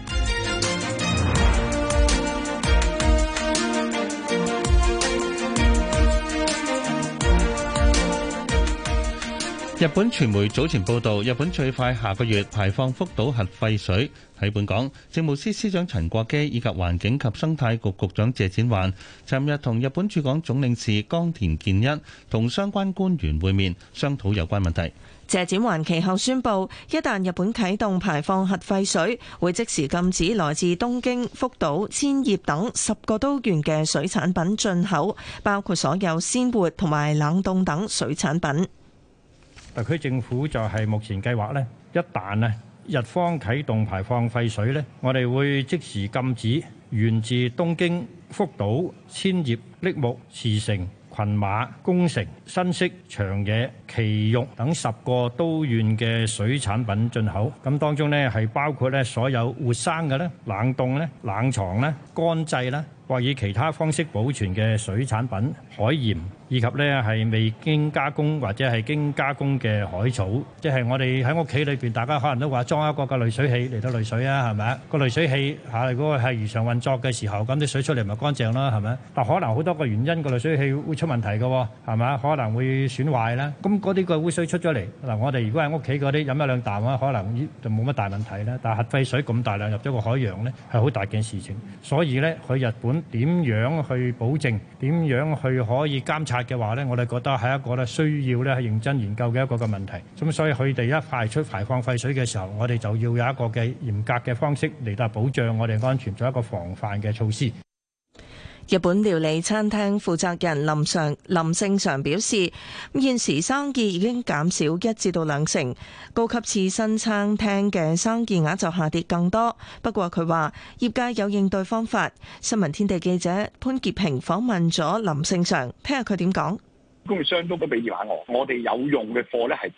日本傳媒早前報道，日本最快下個月排放福島核廢水。喺本港，政務司司長陳國基以及環境及生態局局長謝展寰尋日同日本駐港總領事岡田健一同相關官員會面，商討有關問題。 謝展寰其後宣布，一旦日本啟動排放核廢水，會即時禁止來自東京、福島、千葉等十個都縣嘅水產品進口，包括所有鮮活同埋冷凍等水產品。 特區政府就係目前計劃咧，一旦咧日方啟動排放廢水咧，我哋會即時禁止源自東京、福島、千葉、栃木、茨城、群馬、宮城、新潟、長野、埼玉等十個都縣嘅水產品進口。咁當中咧係包括咧所有活生嘅咧、冷凍咧、冷藏咧、乾製咧，或以其他方式保存嘅水產品、海鹽，以及咧係未經加工或者係經加工嘅海草，即係我哋喺屋企裏邊，大家可能都話裝一個個濾水器嚟到濾水啊，係咪啊？個濾水器嚇，如果係如常運作嘅時候，咁啲水出嚟咪乾淨啦，係咪？但可能好多個原因，個濾水器會出問題嘅，係咪？可能會損壞啦。咁嗰啲個污水出咗嚟，嗱，我哋如果喺屋企嗰啲飲一兩啖啊，可能就冇乜大問題啦。但係核廢水咁大量入咗個海洋咧，係好大件事情。所以咧，去日本點樣去保證？點樣去可以監察嘅話咧，我哋覺得係一個咧需要咧係認真研究嘅一個嘅問題。咁所以佢哋一排出排放廢水嘅時候，我哋就要有一個嘅嚴格嘅方式嚟到保障我哋安全，做一個防範嘅措施。 日本料理餐廳負責人林常林勝常表示，現時生意已經減少一至到兩成，高級刺身餐廳嘅生意額就下跌更多。不過佢話業界有應對方法。新聞天地記者潘潔平訪問咗林勝常，聽下佢點講。 供應商都都俾電話我，我哋有用嘅貨咧係極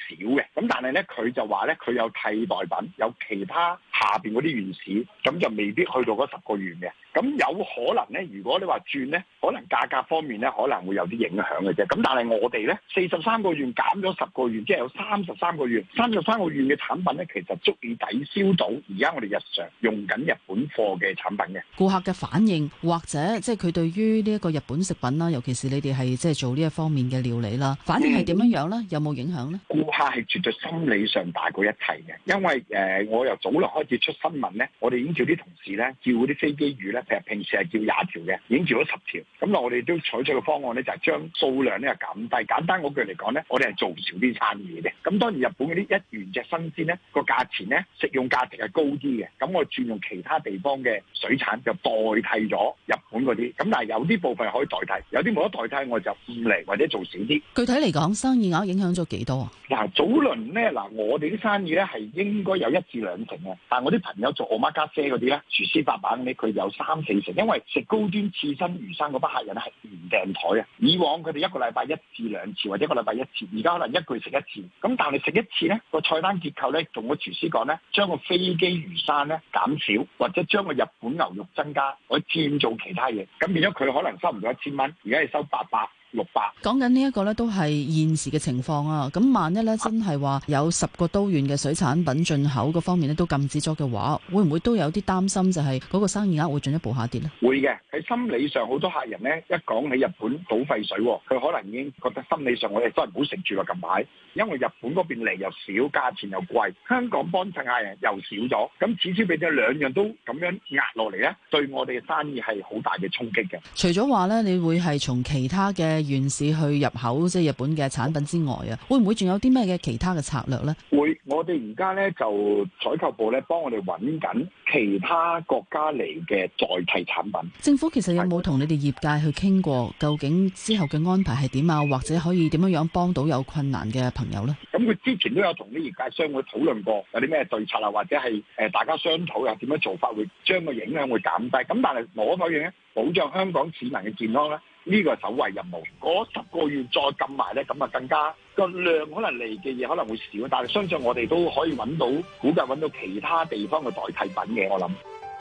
少嘅。咁但係咧，佢就話咧，佢有替代品，有其他下邊嗰啲縣市，咁就未必去到嗰十個縣嘅。咁有可能咧，如果你話轉咧，可能價格方面咧可能會有啲影響嘅啫。咁但係我哋咧四十三個縣減咗十個縣，即係有三十三個縣，三十三個縣嘅產品咧，其實足以抵消到而家我哋日常用緊日本貨嘅產品嘅。 顧客嘅反應或者即係佢對於呢一個日本食品啦，尤其是你哋係即係做呢一方面嘅料理啦，反應係點樣樣咧？有冇影響咧？ 顧客係絕對心理上大過一切嘅，因為誒、呃、我由早輪開始出新聞咧，我哋已經叫啲同事咧叫嗰啲飛機魚咧，譬如平時係叫廿條嘅，已經叫咗十條。咁啊，我哋都採取嘅方案咧就係將數量咧減低。簡單嗰句嚟講咧，我哋係做少啲生意嘅。咁當然日本嗰啲一原隻新鮮咧個價錢咧食用價值係高啲嘅，咁我轉用其他地方嘅水產就代替咗日本嗰啲。咁但係有啲部分可以代替，有啲冇得代替，我就唔嚟或者做少啲。 具體嚟講，生意額影響咗幾多啊？ 嗱，早輪咧嗱，我哋啲生意咧係應該有一至兩成嘅，但係我啲朋友做奧馬加些嗰啲咧，廚師發辦咧，佢有三四成，因為食高端刺身魚生嗰班客人咧係唔訂台啊。以往佢哋一個禮拜一至兩次或者一個禮拜一次，而家可能一個月食一次。咁但係食一次咧個菜單結構咧，同個廚師講咧，將個飛機魚生咧減少，或者將個日本牛肉增加，或者轉做其他嘢，咁變咗佢可能收唔到一千蚊，而家係收八百。六百講緊呢一個咧，都係現時嘅情況啊！咁萬一咧真係話有十個都縣嘅水產品進口嗰方面咧都禁止咗嘅話，會唔會都有啲擔心，就係嗰個生意額會進一步下跌咧？ 會嘅，喺心理上好多客人咧一講起日本倒廢水，佢可能已經覺得心理上我哋都係唔好食住啦近排，因為日本嗰邊嚟又少，價錢又貴，香港幫襯客人又少咗，咁此消彼長兩樣都咁樣壓落嚟咧，對我哋嘅生意係好大嘅衝擊嘅。 除咗話咧，你會係從其他嘅縣市去入口即係日本嘅產品之外啊，會唔會仲有啲咩嘅其他嘅策略呢？ 會，我哋而家咧就採購部咧幫我哋揾緊其他國家嚟嘅代替產品。 政府其實有冇同你哋業界去傾過，究竟之後嘅安排係點啊？或者可以點樣樣幫到有困難嘅朋友呢？ 咁佢之前都有同啲業界商會討論過，有啲咩對策啊，或者係誒大家商討又點樣做法，會將個影響會減低。咁但係無可否認咧，保障香港市民嘅健康咧。呢個係首位任務，嗰十個月再撳埋咧，咁啊更加個量可能嚟嘅嘢可能會少，但係相信我哋都可以揾到，估計揾到其他地方嘅代替品嘅，我諗。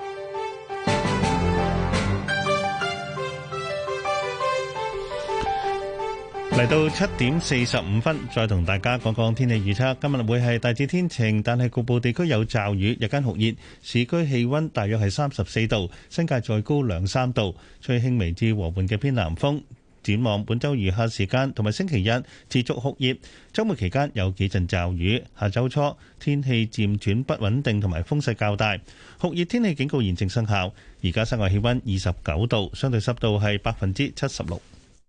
嚟到七點四十五分，再同大家講講天氣預測。今日會係大致天晴，但係局部地區有驟雨，日間酷熱，市區氣溫大約係三十四度，新界再高兩三度，吹輕微至和緩嘅偏南風。展望本週餘下時間同埋星期日持續酷熱，週末期間有幾陣驟雨，下週初天氣漸轉不穩定同埋風勢較大，酷熱天氣警告現正生效。而家室外氣溫二十九度，相對濕度係百分之七十六。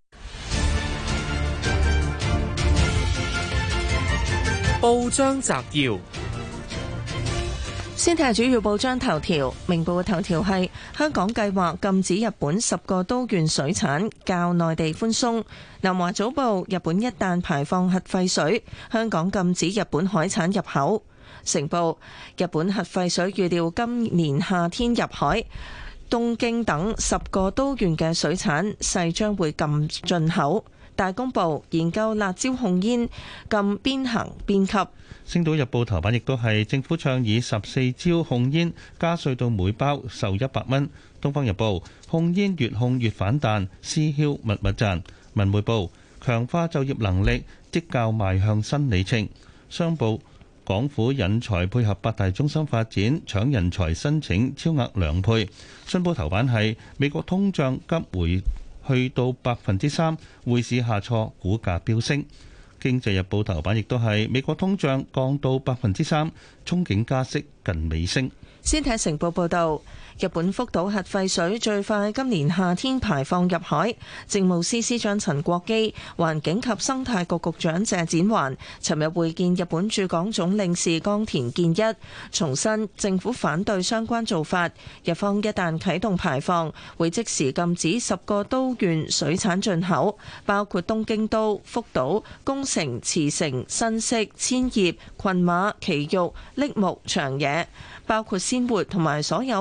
報章摘要： 先睇主要報章頭條。明報嘅頭條係香港計劃禁止日本十個都縣水產，較內地寬鬆。南華早報：日本一旦排放核廢水，香港禁止日本海產入口。成報：日本核廢水預料今年夏天入海，東京等十個都縣嘅水產勢將會禁進口。大公報：研究辣椒控煙，禁邊行邊吸。 星島日報頭版亦都係政府倡議十四招控煙，加稅到每包售一百蚊。東方日報：控煙越控越反彈，私銷密密賺。文匯報：強化就業能力，職教邁向新里程。商報：港府引才配合八大中心發展，搶人才申請超額兩倍。信報頭版係美國通脹急回去到百分之三，匯市下挫，股價飆升。經濟日報頭版亦都係美國通脹降到百分之三，憧憬加息近尾聲。 先睇成報報導，日本福島核廢水最快今年夏天排放入海。政務司司長陳國基、環境及生態局局長謝展寰尋日會見日本駐港總領事岡田健一，重申政府反對相關做法。日方一旦啟動排放，會即時禁止十個都縣水產進口，包括東京都、福島、宮城、茨城、新潟、千葉、群馬、埼玉、栃木、長野，包括鮮活同埋所有方式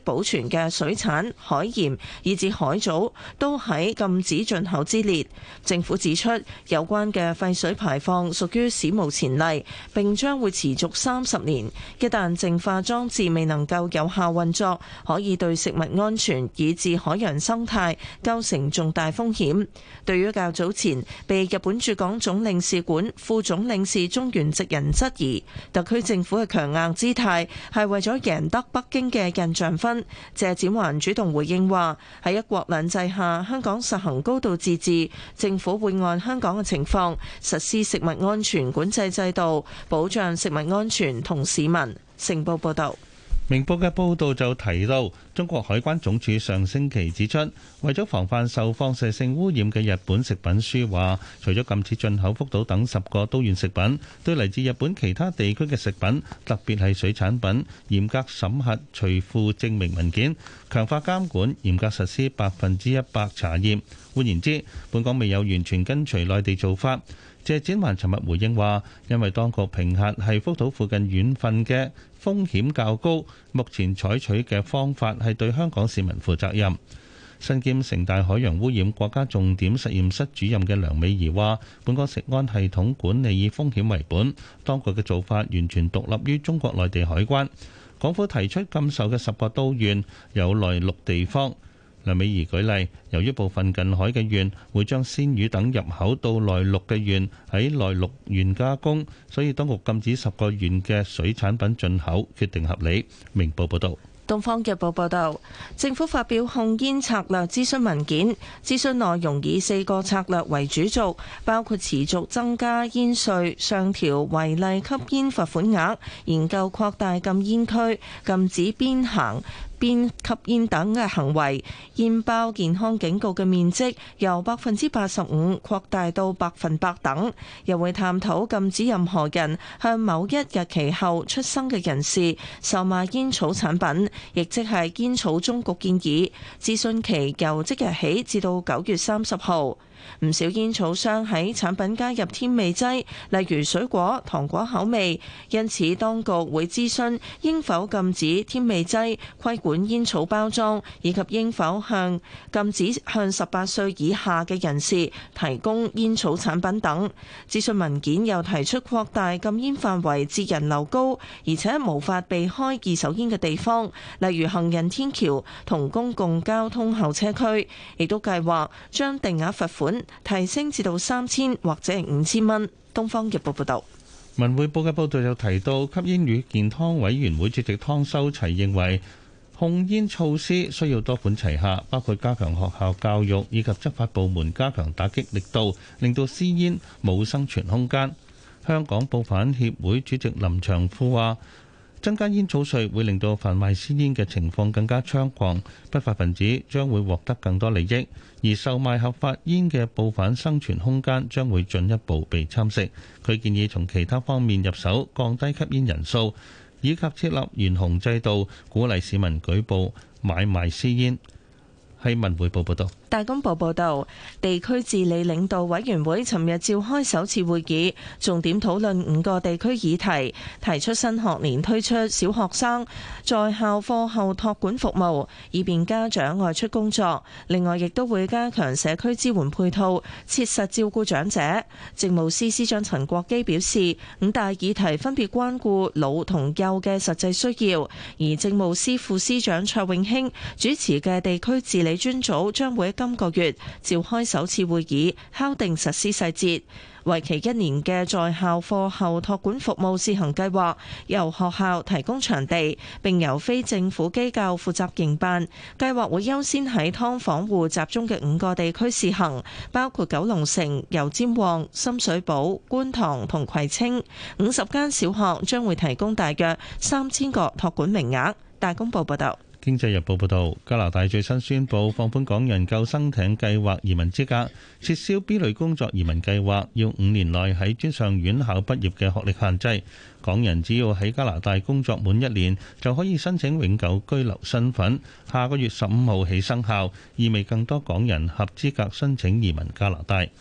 保存嘅水產、海鹽以至海藻都喺禁止進口之列。政府指出，有關嘅廢水排放屬於史無前例，並將會持續三十年。一旦淨化裝置未能夠有效運作，可以對食物安全以至海洋生態構成重大風險。對於較早前被日本駐港總領事館副總領事中原直人質疑特區政府嘅強硬姿態係為咗贏得北京嘅印象分，謝展寰主動回應話：喺一國兩制下，香港實行高度自治，政府會按香港嘅情況實施食物安全管制制度，保障食物安全同市民。成報報道。 明報嘅報導就提到，中國海關總署上星期指出，為咗防範受放射性污染嘅日本食品輸華，除咗禁止進口福島等十個都縣食品，對嚟自日本其他地區嘅食品，特別係水產品，嚴格審核隨附證明文件，強化監管，嚴格實施百分之一百查驗。換言之，本港未有完全跟隨內地做法。謝展寰尋日回應話，因為當局評核係福島附近縣份嘅風險較高，目前採取嘅方法係對香港市民負責任。身兼城大海洋污染國家重點實驗室主任嘅梁美儀話，本港食安系統管理以風險為本，當局嘅做法完全獨立於中國內地海關。港府提出禁售嘅十個都縣有內陸地方。梁美儀舉例，由於部分近海嘅縣會將鮮魚等入口到內陸嘅縣喺內陸縣加工，所以當局禁止十個縣嘅水產品進口，決定合理。明報報道。 《東方日報》報導，政府發表控煙策略諮詢文件，諮詢內容以四個策略為主軸，包括持續增加煙稅、上調違例吸煙罰款額、研究擴大禁煙區、禁止邊行邊吸煙等嘅行為，煙包健康警告嘅面積由百分之八十五擴大到百分百等，又會探討禁止任何人向某一日期後出生嘅人士售賣煙草產品，亦即係煙草終局建議。諮詢期由即日起至到九月三十號。唔少煙草商喺產品加入添味劑，例如水果、糖果口味，因此當局會諮詢應否禁止添味劑、規管煙草包裝，以及應否向禁止向十八歲以下嘅人士提供煙草產品等。諮詢文件又提出擴大禁煙範圍至人流高，而且無法避開二手煙嘅地方，例如行人天橋同公共交通候車區，亦都計劃將定額罰款提升至到三千或者係五千蚊。東方日報報道。 文匯報嘅報道就提到，吸煙與健康委員會主席湯修齊認為，控煙措施需要多管齊下，包括加強學校教育以及執法部門加強打擊力度，令到私煙冇生存空間。香港報販協會主席林長富話，增加煙草稅會令到販賣私煙嘅情況更加猖狂，不法分子將會獲得更多利益，而售賣合法煙嘅報販生存空間將會進一步被侵蝕。佢建議從其他方面入手，降低吸煙人數，以及設立懸紅制度，鼓勵市民舉報買賣私煙。係文匯報報道。 大公報報導，地區治理領導委員會尋日召開首次會議，重點討論五個地區議題，提出新學年推出小學生在校課後託管服務，以便家長外出工作。另外，亦都會加強社區支援配套，切實照顧長者。政務司司長陳國基表示，五大議題分別關顧老同幼嘅實際需要，而政務司副司長卓永興主持嘅地區治理專組將會今個月召開首次會議，敲定實施細節。為期一年嘅在校課後託管服務試行計劃，由學校提供場地，並由非政府機構負責營辦。計劃會優先喺劏房戶集中嘅五個地區試行，包括九龍城、油尖旺、深水埗、觀塘同葵青。五十間小學將會提供大約三千個託管名額。大公報報道。 經濟日報報導，加拿大最新宣布放寬港人救生艇計劃移民資格，撤銷 B 類工作移民計劃要五年內喺專上院校畢業嘅學歷限制。港人只要喺加拿大工作滿一年，就可以申請永久居留身份。下個月十五號起生效，意味更多港人合資格申請移民加拿大。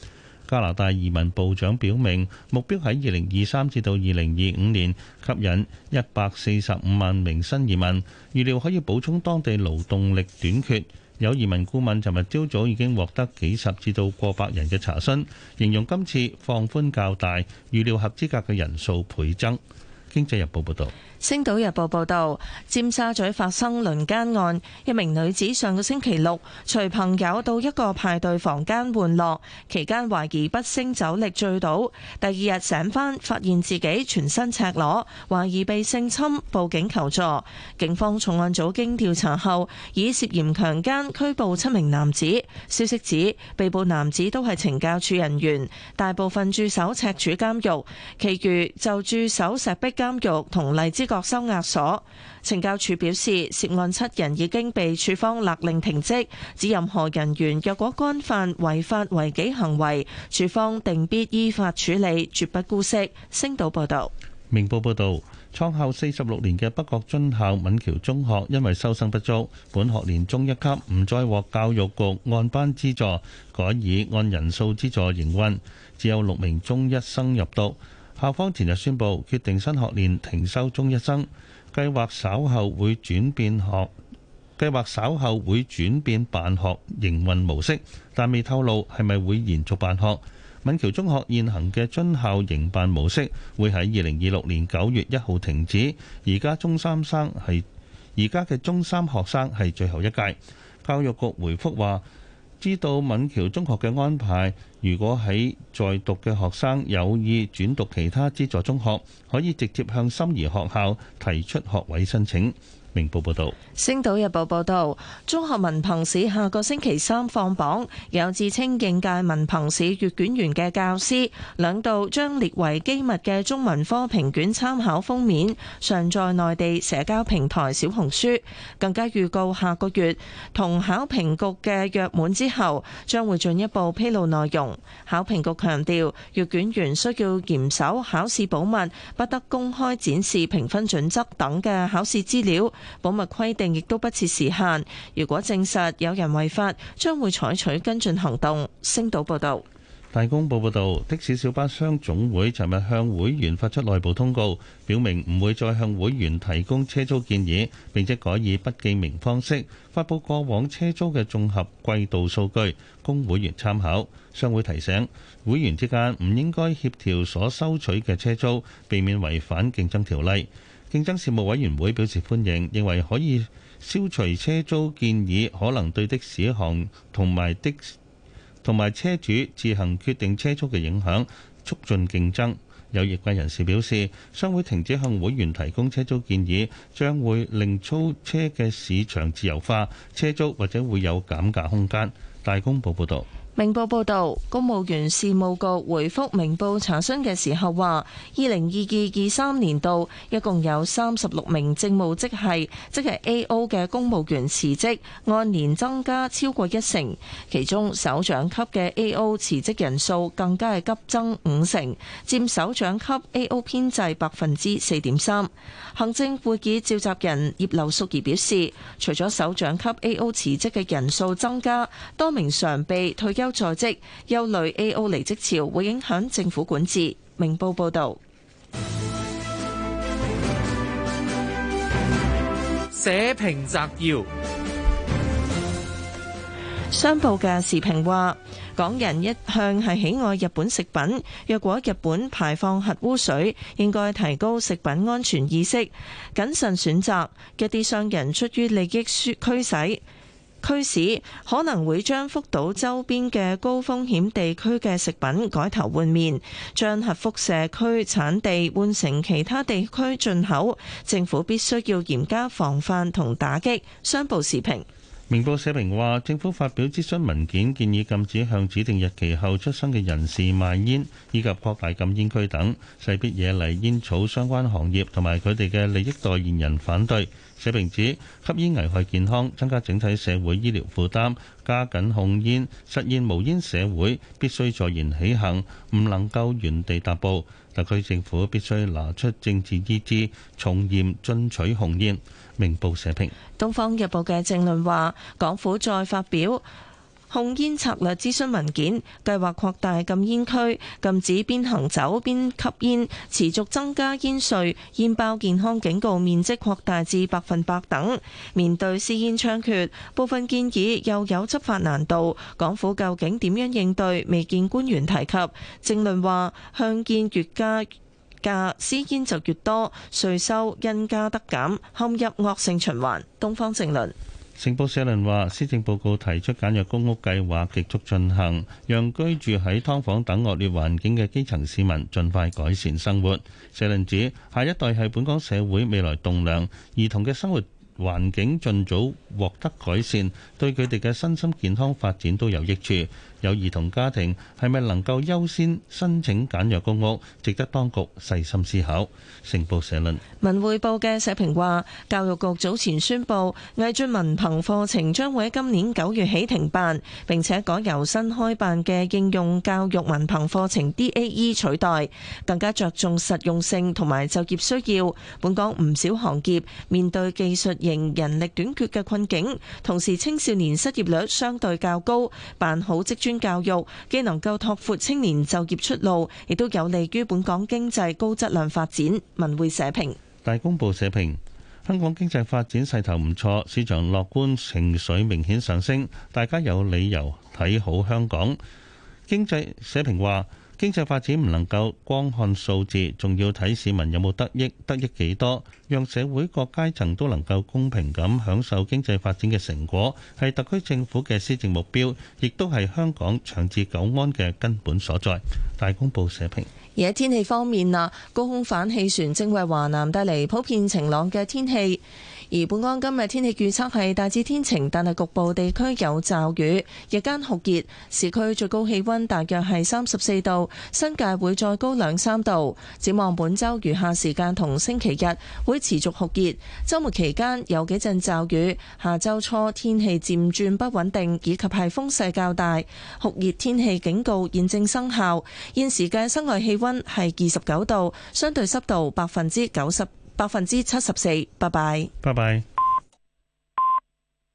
加拿大移民部長表明，目標喺二零二三至到二零二五年吸引一百四十五萬名新移民，預料可以補充當地勞動力短缺。有移民顧問尋日朝早已經獲得幾十至到過百人嘅查詢，形容今次放寬較大，預料合資格嘅人數倍增。經濟日報報導。 星島日報報導，尖沙咀發生輪姦案，一名女子上個星期六隨朋友到一個派對房間玩樂，期間懷疑不勝酒力醉倒，第二日醒返發現自己全身赤裸，懷疑被性侵，報警求助。警方重案組經調查後，以涉嫌強姦拘捕七名男子。消息指，被捕男子都係懲教處人員，大部分駐守赤柱監獄，其餘就駐守石壁監獄同荔枝角收押所。懲教署表示，涉案七人已經被處方勒令停職，指任何人員若果干犯違法違紀行為，處方定必依法處理，絕不姑息。星島報道。 明報報道，創校四十六年嘅北角津校敏橋中學因為收生不足，本學年中一級唔再獲教育局按班資助，改以按人數資助營運，只有六名中一生入讀。校方前日宣布決定新學年停收中一生，計劃稍後會轉變學，計劃稍後會轉變辦學營運模式，但未透露係咪會延續辦學。敏橋中學現行嘅津校營辦模式會喺二零二六年九月一號停止，而家中三生係而家嘅中三學生係最後一屆。教育局回覆話，知道敏橋中學嘅安排，如果喺在，在讀嘅學生有意轉讀其他資助中學，可以直接向心儀學校提出學位申請。明報報道。 星島日報報道，中學文憑試下個星期三放榜，有自稱應屆文憑試閱卷員嘅教師兩度將列為機密嘅中文科評卷參考封面上載內地社交平台小紅書，更加預告下個月同考評局嘅約滿之後，將會進一步披露內容。考評局強調，閱卷員需要嚴守考試保密，不得公開展示評分準則等嘅考試資料。保密規定亦都不設時限，如果證實有人違法，將會採取跟進行動。星島報道。 大公報報導，的士小巴商總會尋日向會員發出內部通告，表明唔會再向會員提供車租建議，並且改以不記名方式發布過往車租嘅綜合季度數據，供會員參考。商會提醒會員之間唔應該協調所收取嘅車租，避免違反競爭條例。競爭事務委員會表示歡迎，認為可以消除車租建議可能對的士行同埋的同埋車主自行決定車租嘅影響，促進競爭。有業界人士表示，商會停止向會員提供車租建議，將會令租車嘅市場自由化，車租或者會有減價空間。大公報報導。 明報報導，公務員事務局回覆明報查詢嘅時候話，二零二二二三年度一共有三十六名政務職系，即係 A O 嘅公務員辭職，按年增加超過一成。其中首長級嘅 A O 辭職人數更加係急增五成，佔首長級 A O 編制百分之四點三。行政會議召集人葉劉淑儀表示，除咗首長級 A O 辭職嘅人數增加，多名常秘退休在職，憂慮 A O 離職潮會影響政府管治。明報報道。 社評摘要。 商報嘅時評話，港人一向係喜愛日本食品，若果日本排放核污水，應該提高食品安全意識，謹慎選擇。一啲商人出於利益驅使。驅使可能會將福島周邊嘅高風險地區嘅食品改頭換面，將核輻射區產地換成其他地區進口。政府必須要嚴加防範同打擊。商報時評。 明報社評話，政府發表諮詢文件，建議禁止向指定日期後出生嘅人士賣煙，以及擴大禁煙區等，勢必惹嚟煙草相關行業同埋佢哋嘅利益代言人反對。社評指吸煙危害健康，增加整體社會醫療負擔，加緊控煙，實現無煙社會，必須坐言起行，唔能夠原地踏步。特區政府必須拿出政治意志，從嚴進取控煙。明報社評。 《東方日報》嘅政論話，港府再發表控煙策略諮詢文件，計劃擴大禁煙區，禁止邊行走邊吸煙，持續增加煙稅，煙包健康警告面積擴大至百分百等。面對私煙猖獗，部分建議又有執法難度，港府究竟點樣應對？未見官員提及。政論話香煙越加價，私煙就越多，稅收因加得減，陷入惡性循環。東方政論。 成報社論話，施政報告提出簡約公屋計劃極速進行，讓居住喺劏房等惡劣環境嘅基層市民盡快改善生活。社論指，下一代係本港社會未來棟樑，兒童嘅生活環境盡早獲得改善，對佢哋嘅身心健康發展都有益處。有兒童家庭係咪能夠優先申請簡約公屋，值得當局細心思考。成報社論。 文匯報嘅社評話，教育局早前宣布，毅進文憑課程將會喺今年九月起停辦，並且改由新開辦嘅應用教育文憑課程 D A E 取代，更加着重實用性同埋就業需要。本港唔少行業面對技術型人力短缺嘅困境，同時青少年失業率相對較高，辦好職專教育既能夠拓闊青年就業出路，亦都有利於本港經濟高質量發展。文匯社評。 大公報社評，香港經濟發展勢頭唔錯，市場樂觀情緒明顯上升，大家有理由睇好香港經濟。社評話，經濟發展唔能夠光看數字，仲要睇市民有冇得益，得益幾多，讓社會各階層都能夠公平咁享受經濟發展嘅成果，係特區政府嘅施政目標，亦都係香港長治久安嘅根本所在。大公報社評。 而喺天氣方面啊，高空反氣旋正為華南帶嚟普遍晴朗嘅天氣。而本港今日天氣預測係大致天晴，但係局部地區有驟雨，日間酷熱，市區最高氣溫大約係三十四度，新界會再高兩三度。展望本週餘下時間同星期日會持續酷熱，週末期間有幾陣驟雨，下週初天氣漸轉不穩定，以及係風勢較大，酷熱天氣警告現正生效。現時嘅室外氣溫係二十九度，相對濕度百分之九十。百分之七十四，拜拜。 拜拜。